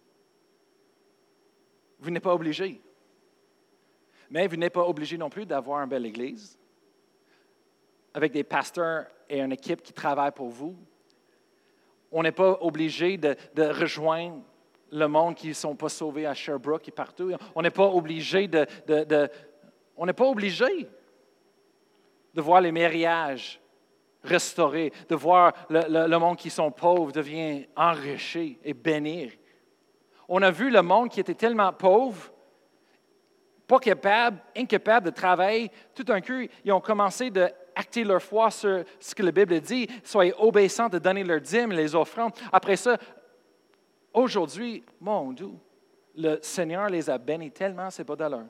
Vous n'êtes pas obligé. Mais vous n'êtes pas obligé non plus d'avoir une belle Église, avec des pasteurs et une équipe qui travaillent pour vous. On n'est pas obligé de, de rejoindre le monde qui ne sont pas sauvés à Sherbrooke et partout. On n'est pas obligé de, de, de on n'est pas obligé de voir les mariages restaurés, de voir le, le, le monde qui sont pauvres devient enrichi et bénir. On a vu le monde qui était tellement pauvre, pas capable, incapable de travailler. Tout d'un coup, ils ont commencé à acter leur foi sur ce que la Bible dit, soyez obéissants de donner leurs dîmes, les offrandes. Après ça, aujourd'hui, mon Dieu, le Seigneur les a bénis tellement, c'est pas d'allure.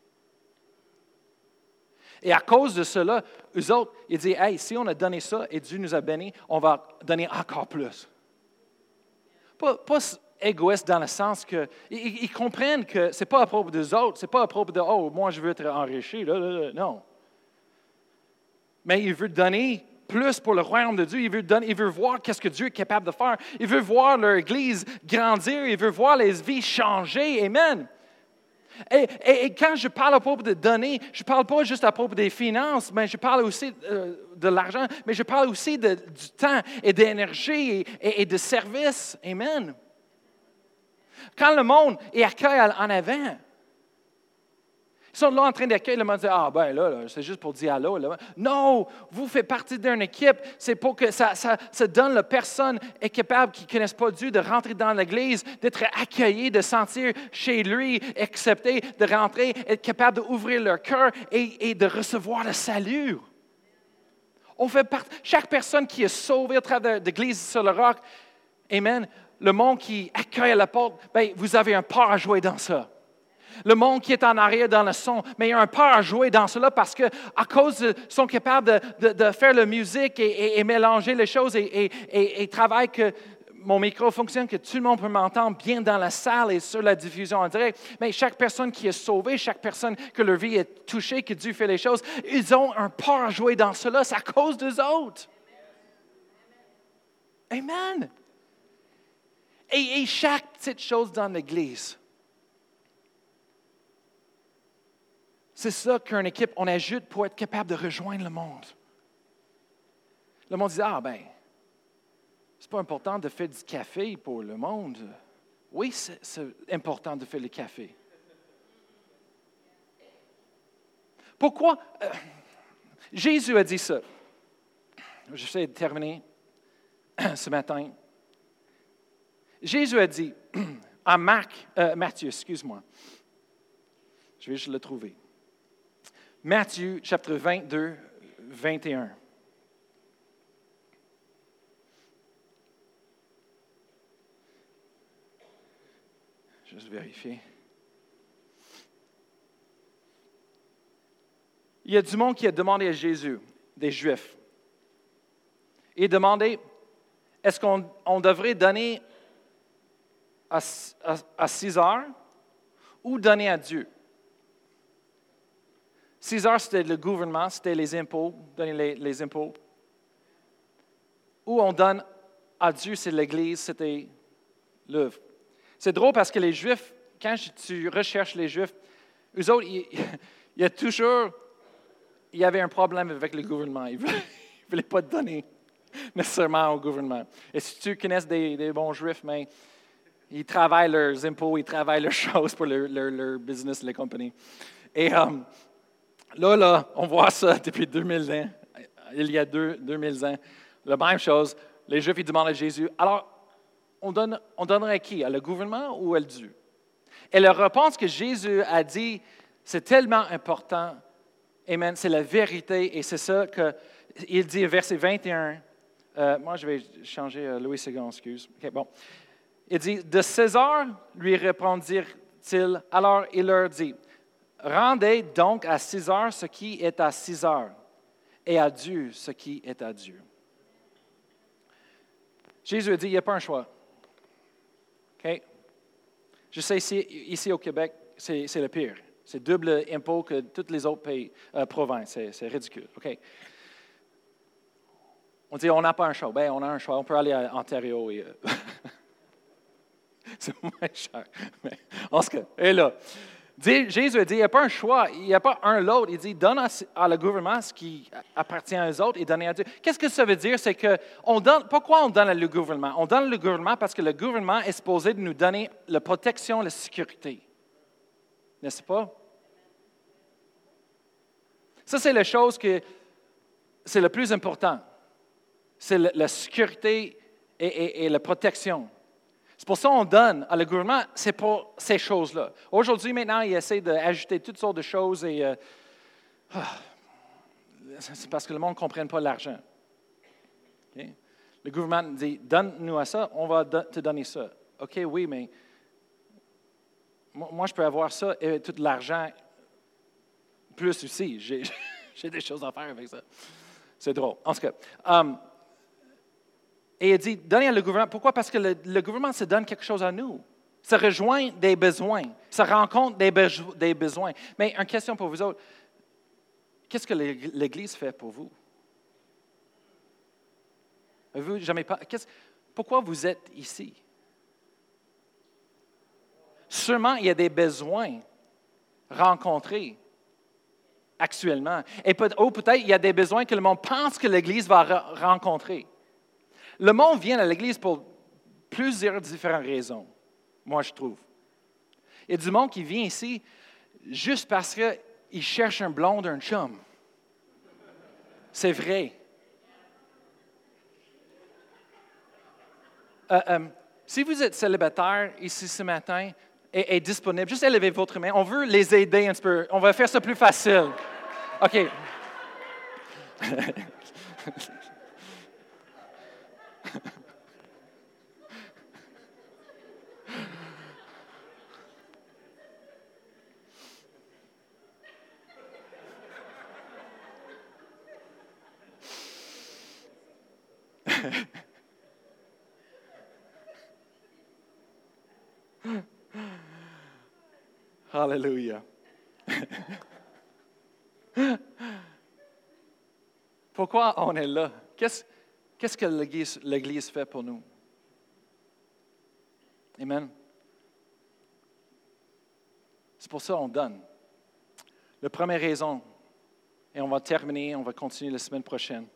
Et à cause de cela, eux autres, ils disent, hey, si on a donné ça et Dieu nous a bénis, on va donner encore plus. Pas, pas égoïste dans le sens que ils, ils comprennent que ce n'est pas à propos des autres, ce n'est pas à propos de oh, moi je veux être enrichi. Là, là, là. Non. Mais il veut donner plus pour le royaume de Dieu. Il veut, donner, il veut voir qu'est-ce que Dieu est capable de faire. Il veut voir leur Église grandir. Il veut voir les vies changer. Amen. Et, et, et quand je parle à propos de donner, je ne parle pas juste à propos des finances, mais je parle aussi euh, de l'argent, mais je parle aussi de, du temps et d'énergie et, et, et de service. Amen. Quand le monde est accueilli en avant, ils sont là en train d'accueillir, le monde dit, ah ben là, là c'est juste pour dire allô. Là. Non, vous faites partie d'une équipe, c'est pour que ça, ça, ça donne la personne est capable, qui ne connaissent pas Dieu, de rentrer dans l'Église, d'être accueilli, de sentir chez lui, accepter, de rentrer, être capable d'ouvrir leur cœur et, et de recevoir le salut. On fait part, chaque personne qui est sauvée au travers de l'Église sur le roc, amen, le monde qui accueille à la porte, bien, vous avez un part à jouer dans ça. Le monde qui est en arrière dans le son, mais il y a un part à jouer dans cela parce qu'à cause de, ils sont capables de, de, de faire la musique et, et, et mélanger les choses et, et, et, et travailler que mon micro fonctionne, que tout le monde peut m'entendre bien dans la salle et sur la diffusion en direct. Mais chaque personne qui est sauvée, chaque personne que leur vie est touchée, que Dieu fait les choses, ils ont un part à jouer dans cela. C'est à cause des autres. Amen. Et, et chaque petite chose dans l'Église, c'est ça qu'une équipe, on ajoute pour être capable de rejoindre le monde. Le monde dit, ah ben, c'est pas important de faire du café pour le monde. Oui, c'est, c'est important de faire le café. Pourquoi? Euh, Jésus a dit ça. J'essaie de terminer ce matin. Jésus a dit, à Marc, euh, Matthieu, excuse-moi, je vais juste le trouver. Matthieu, chapitre vingt-deux, vingt et un. Juste vérifier. Il y a du monde qui a demandé à Jésus, des Juifs. Il a demandé, est-ce qu'on on devrait donner à, à, à César ou donner à Dieu? César, c'était le gouvernement, c'était les impôts, donner les, les impôts. Ou on donne à Dieu, c'est l'Église, c'était l'œuvre. C'est drôle parce que les Juifs, quand tu recherches les Juifs, eux autres, il, il y a toujours, il y avait un problème avec le gouvernement. Ils ne voulaient pas te donner nécessairement au gouvernement. Et si tu connais des, des bons Juifs, mais ils travaillent leurs impôts, ils travaillent leurs choses pour leur, leur, leur business, les compagnies. Et um, là, là, on voit ça depuis deux mille ans, il y a deux, deux mille ans. La même chose, les Juifs, ils demandent à Jésus, alors, on, donne, on donnerait à qui? À le gouvernement ou à Dieu? Et la réponse que Jésus a dit, c'est tellement important. Amen, c'est la vérité et c'est ça qu'il dit, verset vingt et un. Euh, moi, je vais changer euh, Louis Ségon, excuse. OK, bon. Il dit, de César, lui répondirent-ils. Alors il leur dit, rendez donc à César ce qui est à César et à Dieu ce qui est à Dieu. Jésus a dit, il n'y a pas un choix. OK? Je sais, ici, ici au Québec, c'est, c'est le pire. C'est double impôt que tous les autres pays, euh, provinces. C'est, c'est ridicule. OK? On dit, on n'a pas un choix. Bien, on a un choix. On peut aller à Ontario et... Euh, c'est moins cher. Mais, en ce cas, et là, dit, Jésus a dit, il n'y a pas un choix. Il n'y a pas un l'autre. Il dit, donne à, à le gouvernement ce qui appartient aux autres et donnez à Dieu. Qu'est-ce que ça veut dire? C'est que, on donne, pourquoi on donne le gouvernement? On donne le gouvernement parce que le gouvernement est supposé de nous donner la protection, la sécurité. N'est-ce pas? Ça, c'est la chose que c'est le plus important. C'est la, la sécurité et, et, et la protection. C'est pour ça qu'on donne à le gouvernement, c'est pour ces choses-là. Aujourd'hui, maintenant, il essaie d'ajouter toutes sortes de choses et euh, ah, c'est parce que le monde ne comprenne pas l'argent. Okay? Le gouvernement dit, donne-nous à ça, on va te donner ça. OK, oui, mais moi, je peux avoir ça et tout l'argent plus aussi. J'ai, j'ai des choses à faire avec ça. C'est drôle. En tout cas, um, et il dit, donnez à le gouvernement. Pourquoi? Parce que le, le gouvernement se donne quelque chose à nous. Ça rejoint des besoins. Ça rencontre des, bejo- des besoins. Mais une question pour vous autres. Qu'est-ce que l'Église fait pour vous? Avez-vous jamais pas, pourquoi vous êtes ici? Sûrement, il y a des besoins rencontrés actuellement. Et peut, ou peut-être il y a des besoins que le monde pense que l'Église va re- rencontrer. Le monde vient à l'Église pour plusieurs différentes raisons, moi je trouve. Il y a du monde qui vient ici juste parce qu'il cherche un blonde, un chum. C'est vrai. Euh, euh, si vous êtes célibataire ici ce matin et, et disponible, juste élevez votre main. On veut les aider un petit peu. On va faire ça plus facile. OK. Alléluia. Pourquoi on est là? Qu'est-ce, qu'est-ce que l'Église, l'Église fait pour nous? Amen. C'est pour ça qu'on donne. La première raison, et on va terminer, on va continuer la semaine prochaine.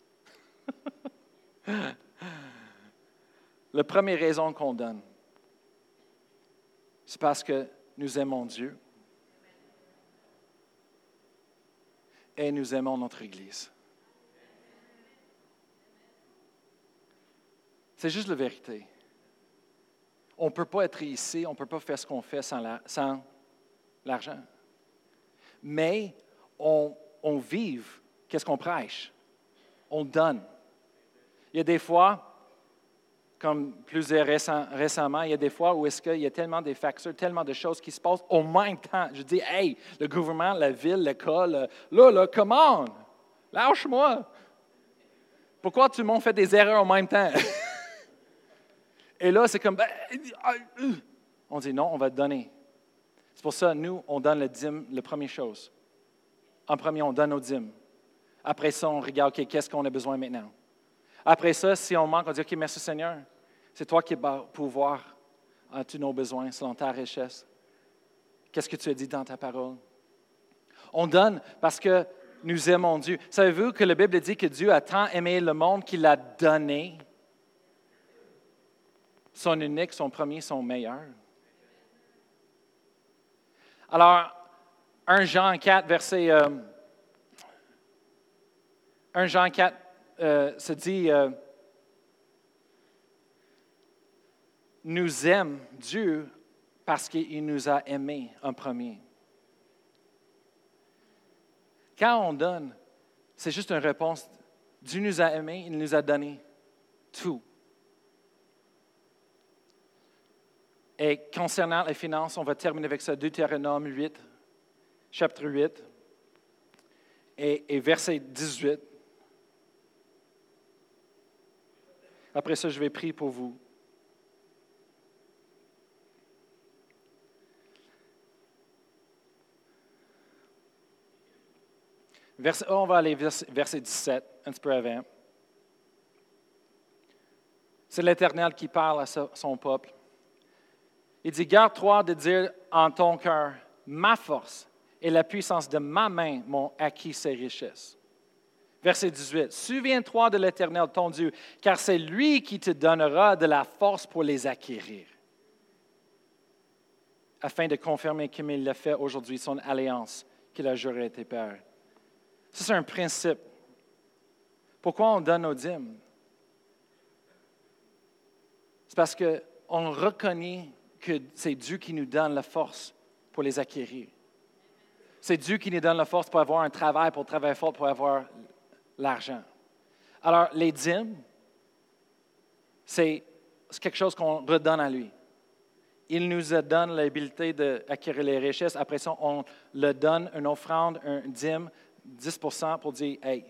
La première raison qu'on donne, c'est parce que nous aimons Dieu et nous aimons notre Église. C'est juste la vérité. On ne peut pas être ici, on ne peut pas faire ce qu'on fait sans, la, sans l'argent. Mais on, on vive, qu'est-ce qu'on prêche? On donne. Il y a des fois, comme plus récent- récemment, il y a des fois où est-ce qu'il y a tellement de facteurs, tellement de choses qui se passent au même temps. Je dis, hey, le gouvernement, la ville, l'école, là, là, come on, lâche-moi. Pourquoi tout le monde fait des erreurs en même temps? Et là, c'est comme, ben, on dit non, on va te donner. C'est pour ça, nous, on donne le dîme, la première chose. En premier, on donne nos dîmes. Après ça, on regarde, OK, qu'est-ce qu'on a besoin maintenant? Après ça, si on manque, on dit, OK, merci Seigneur. C'est toi qui as pouvoir à tous nos besoins selon ta richesse. Qu'est-ce que tu as dit dans ta parole? On donne parce que nous aimons Dieu. Savez-vous que la Bible dit que Dieu a tant aimé le monde qu'il a donné son unique, son premier, son meilleur? Alors, un Jean quatre, verset... Euh, un Jean quatre euh, se dit... Euh, nous aime Dieu parce qu'il nous a aimés en premier. Quand on donne, c'est juste une réponse. Dieu nous a aimés, il nous a donné tout. Et concernant les finances, on va terminer avec ça, Deutéronome huit, chapitre huit, et, et verset dix-huit. Après ça, je vais prier pour vous. Verset, on va aller verset, verset dix-sept, un petit peu avant. C'est l'Éternel qui parle à son peuple. Il dit, garde-toi de dire en ton cœur, ma force et la puissance de ma main m'ont acquis ces richesses. Verset dix-huit, souviens-toi de l'Éternel, ton Dieu, car c'est lui qui te donnera de la force pour les acquérir, afin de confirmer comme il l'a fait aujourd'hui son alliance qu'il a juré à tes pères. Ça, c'est un principe. Pourquoi on donne nos dîmes? C'est parce qu'on reconnaît que c'est Dieu qui nous donne la force pour les acquérir. C'est Dieu qui nous donne la force pour avoir un travail, pour travailler fort, pour avoir l'argent. Alors, les dîmes, c'est quelque chose qu'on redonne à lui. Il nous donne l'habilité d'acquérir les richesses. Après ça, on le donne une offrande, un dîme, dix pour cent pour dire, hey,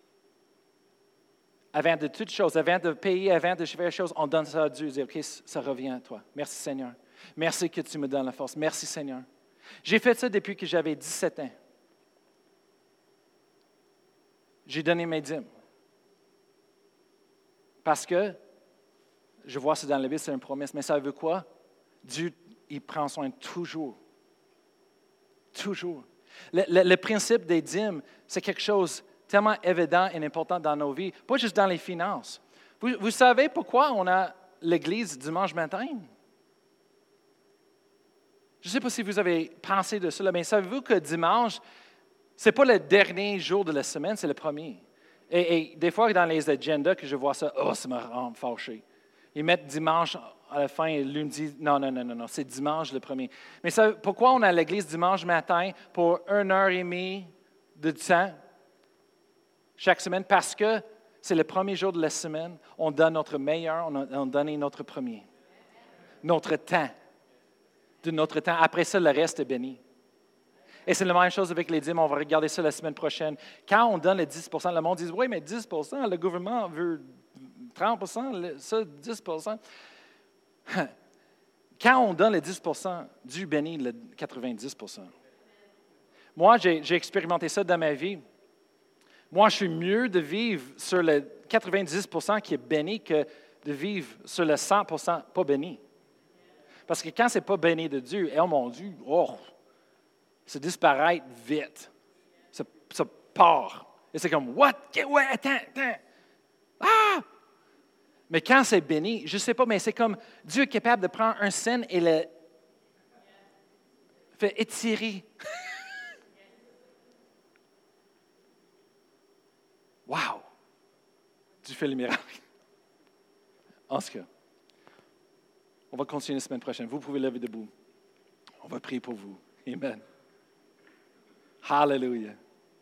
avant de toutes choses, avant de payer, avant de faire les choses, on donne ça à Dieu. Dire, OK, ça revient à toi. Merci Seigneur. Merci que tu me donnes la force. Merci Seigneur. J'ai fait ça depuis que j'avais dix-sept ans. J'ai donné mes dîmes. Parce que, je vois ça dans la Bible, c'est une promesse. Mais ça veut quoi? Dieu, il prend soin toujours. Toujours. Le, le, le principe des dîmes, c'est quelque chose tellement évident et important dans nos vies, pas juste dans les finances. Vous, vous savez pourquoi on a l'Église dimanche matin? Je ne sais pas si vous avez pensé de cela, mais savez-vous que dimanche, ce n'est pas le dernier jour de la semaine, c'est le premier. Et, et des fois, dans les agendas que je vois ça, oh, ça me rend fâché. Ils mettent dimanche à la fin et lundi. Non, non, non, non, non, c'est dimanche le premier. Mais ça, pourquoi on a l'église dimanche matin pour une heure et demie de temps chaque semaine? Parce que c'est le premier jour de la semaine. On donne notre meilleur, on a, on donne notre premier. Notre temps. De notre temps. Après ça, le reste est béni. Et c'est la même chose avec les dîmes. On va regarder ça la semaine prochaine. Quand on donne le dix pour cent, le monde dit, oui, mais dix pour cent, le gouvernement veut trente pour cent, ça, dix pour cent. Quand on donne le dix pour cent, Dieu bénit le quatre-vingt-dix pour cent. Moi, j'ai, j'ai expérimenté ça dans ma vie. Moi, je suis mieux de vivre sur le quatre-vingt-dix pour cent qui est béni que de vivre sur le cent pour cent pas béni. Parce que quand ce n'est pas béni de Dieu, oh mon Dieu, oh, ça disparaît vite. Ça, ça part. Et c'est comme, what? Ouais, attends, attends. Ah! Mais quand c'est béni, je ne sais pas, mais c'est comme Dieu est capable de prendre un scène et le fait étirer. Wow! Dieu fait le miracle. En ce cas, on va continuer la semaine prochaine. Vous pouvez lever debout. On va prier pour vous. Amen. Hallelujah.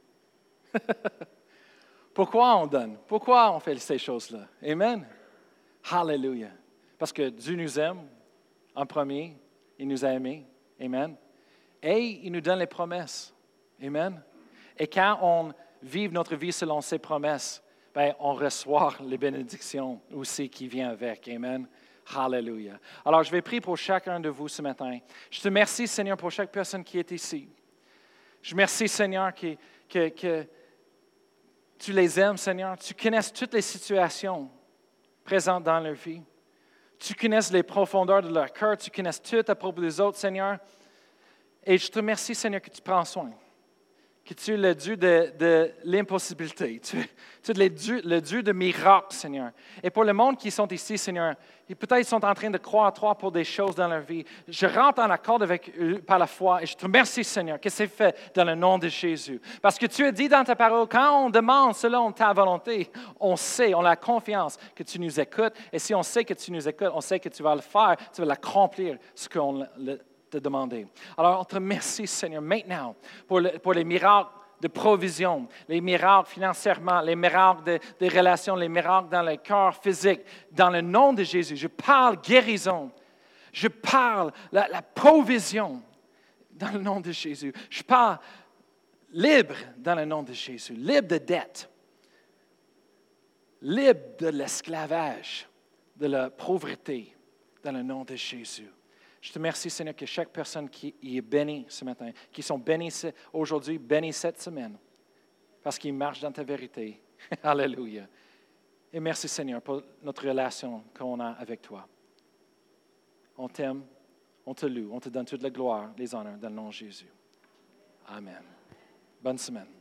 Pourquoi on donne? Pourquoi on fait ces choses-là? Amen. Hallelujah. Parce que Dieu nous aime en premier, il nous a aimés. Amen. Et il nous donne les promesses. Amen. Et quand on vit notre vie selon ses promesses, bien, on reçoit les bénédictions aussi qui viennent avec. Amen. Hallelujah. Alors, je vais prier pour chacun de vous ce matin. Je te remercie, Seigneur, pour chaque personne qui est ici. Je te remercie, Seigneur, que, que, que tu les aimes, Seigneur. Tu connais toutes les situations présentes dans leur vie. Tu connais les profondeurs de leur cœur. Tu connais tout à propos des autres, Seigneur. Et je te remercie, Seigneur, que tu prends soin. Que tu es le Dieu de, de l'impossibilité. Tu, tu es le Dieu, le Dieu de miracles, Seigneur. Et pour le monde qui sont ici, Seigneur, et peut-être ils sont en train de croire à toi pour des choses dans leur vie. Je rentre en accord avec eux par la foi et je te remercie, Seigneur, que c'est fait dans le nom de Jésus. Parce que tu as dit dans ta parole, quand on demande selon ta volonté, on sait, on a la confiance que tu nous écoutes. Et si on sait que tu nous écoutes, on sait que tu vas le faire, tu vas l'accomplir, ce qu'on le te demander. Alors, on te remercie, Seigneur, maintenant, pour, le, pour les miracles de provision, les miracles financièrement, les miracles de, de relations, les miracles dans le cœur physique. Dans le nom de Jésus, je parle guérison. Je parle la, la provision dans le nom de Jésus. Je parle libre dans le nom de Jésus, libre de dette, libre de l'esclavage, de la pauvreté dans le nom de Jésus. Je te remercie, Seigneur, que chaque personne qui est bénie ce matin, qui sont bénis aujourd'hui, bénis cette semaine, parce qu'ils marchent dans ta vérité. Alléluia. Et merci, Seigneur, pour notre relation qu'on a avec toi. On t'aime, on te loue, on te donne toute la gloire, les honneurs dans le nom de Jésus. Amen. Bonne semaine.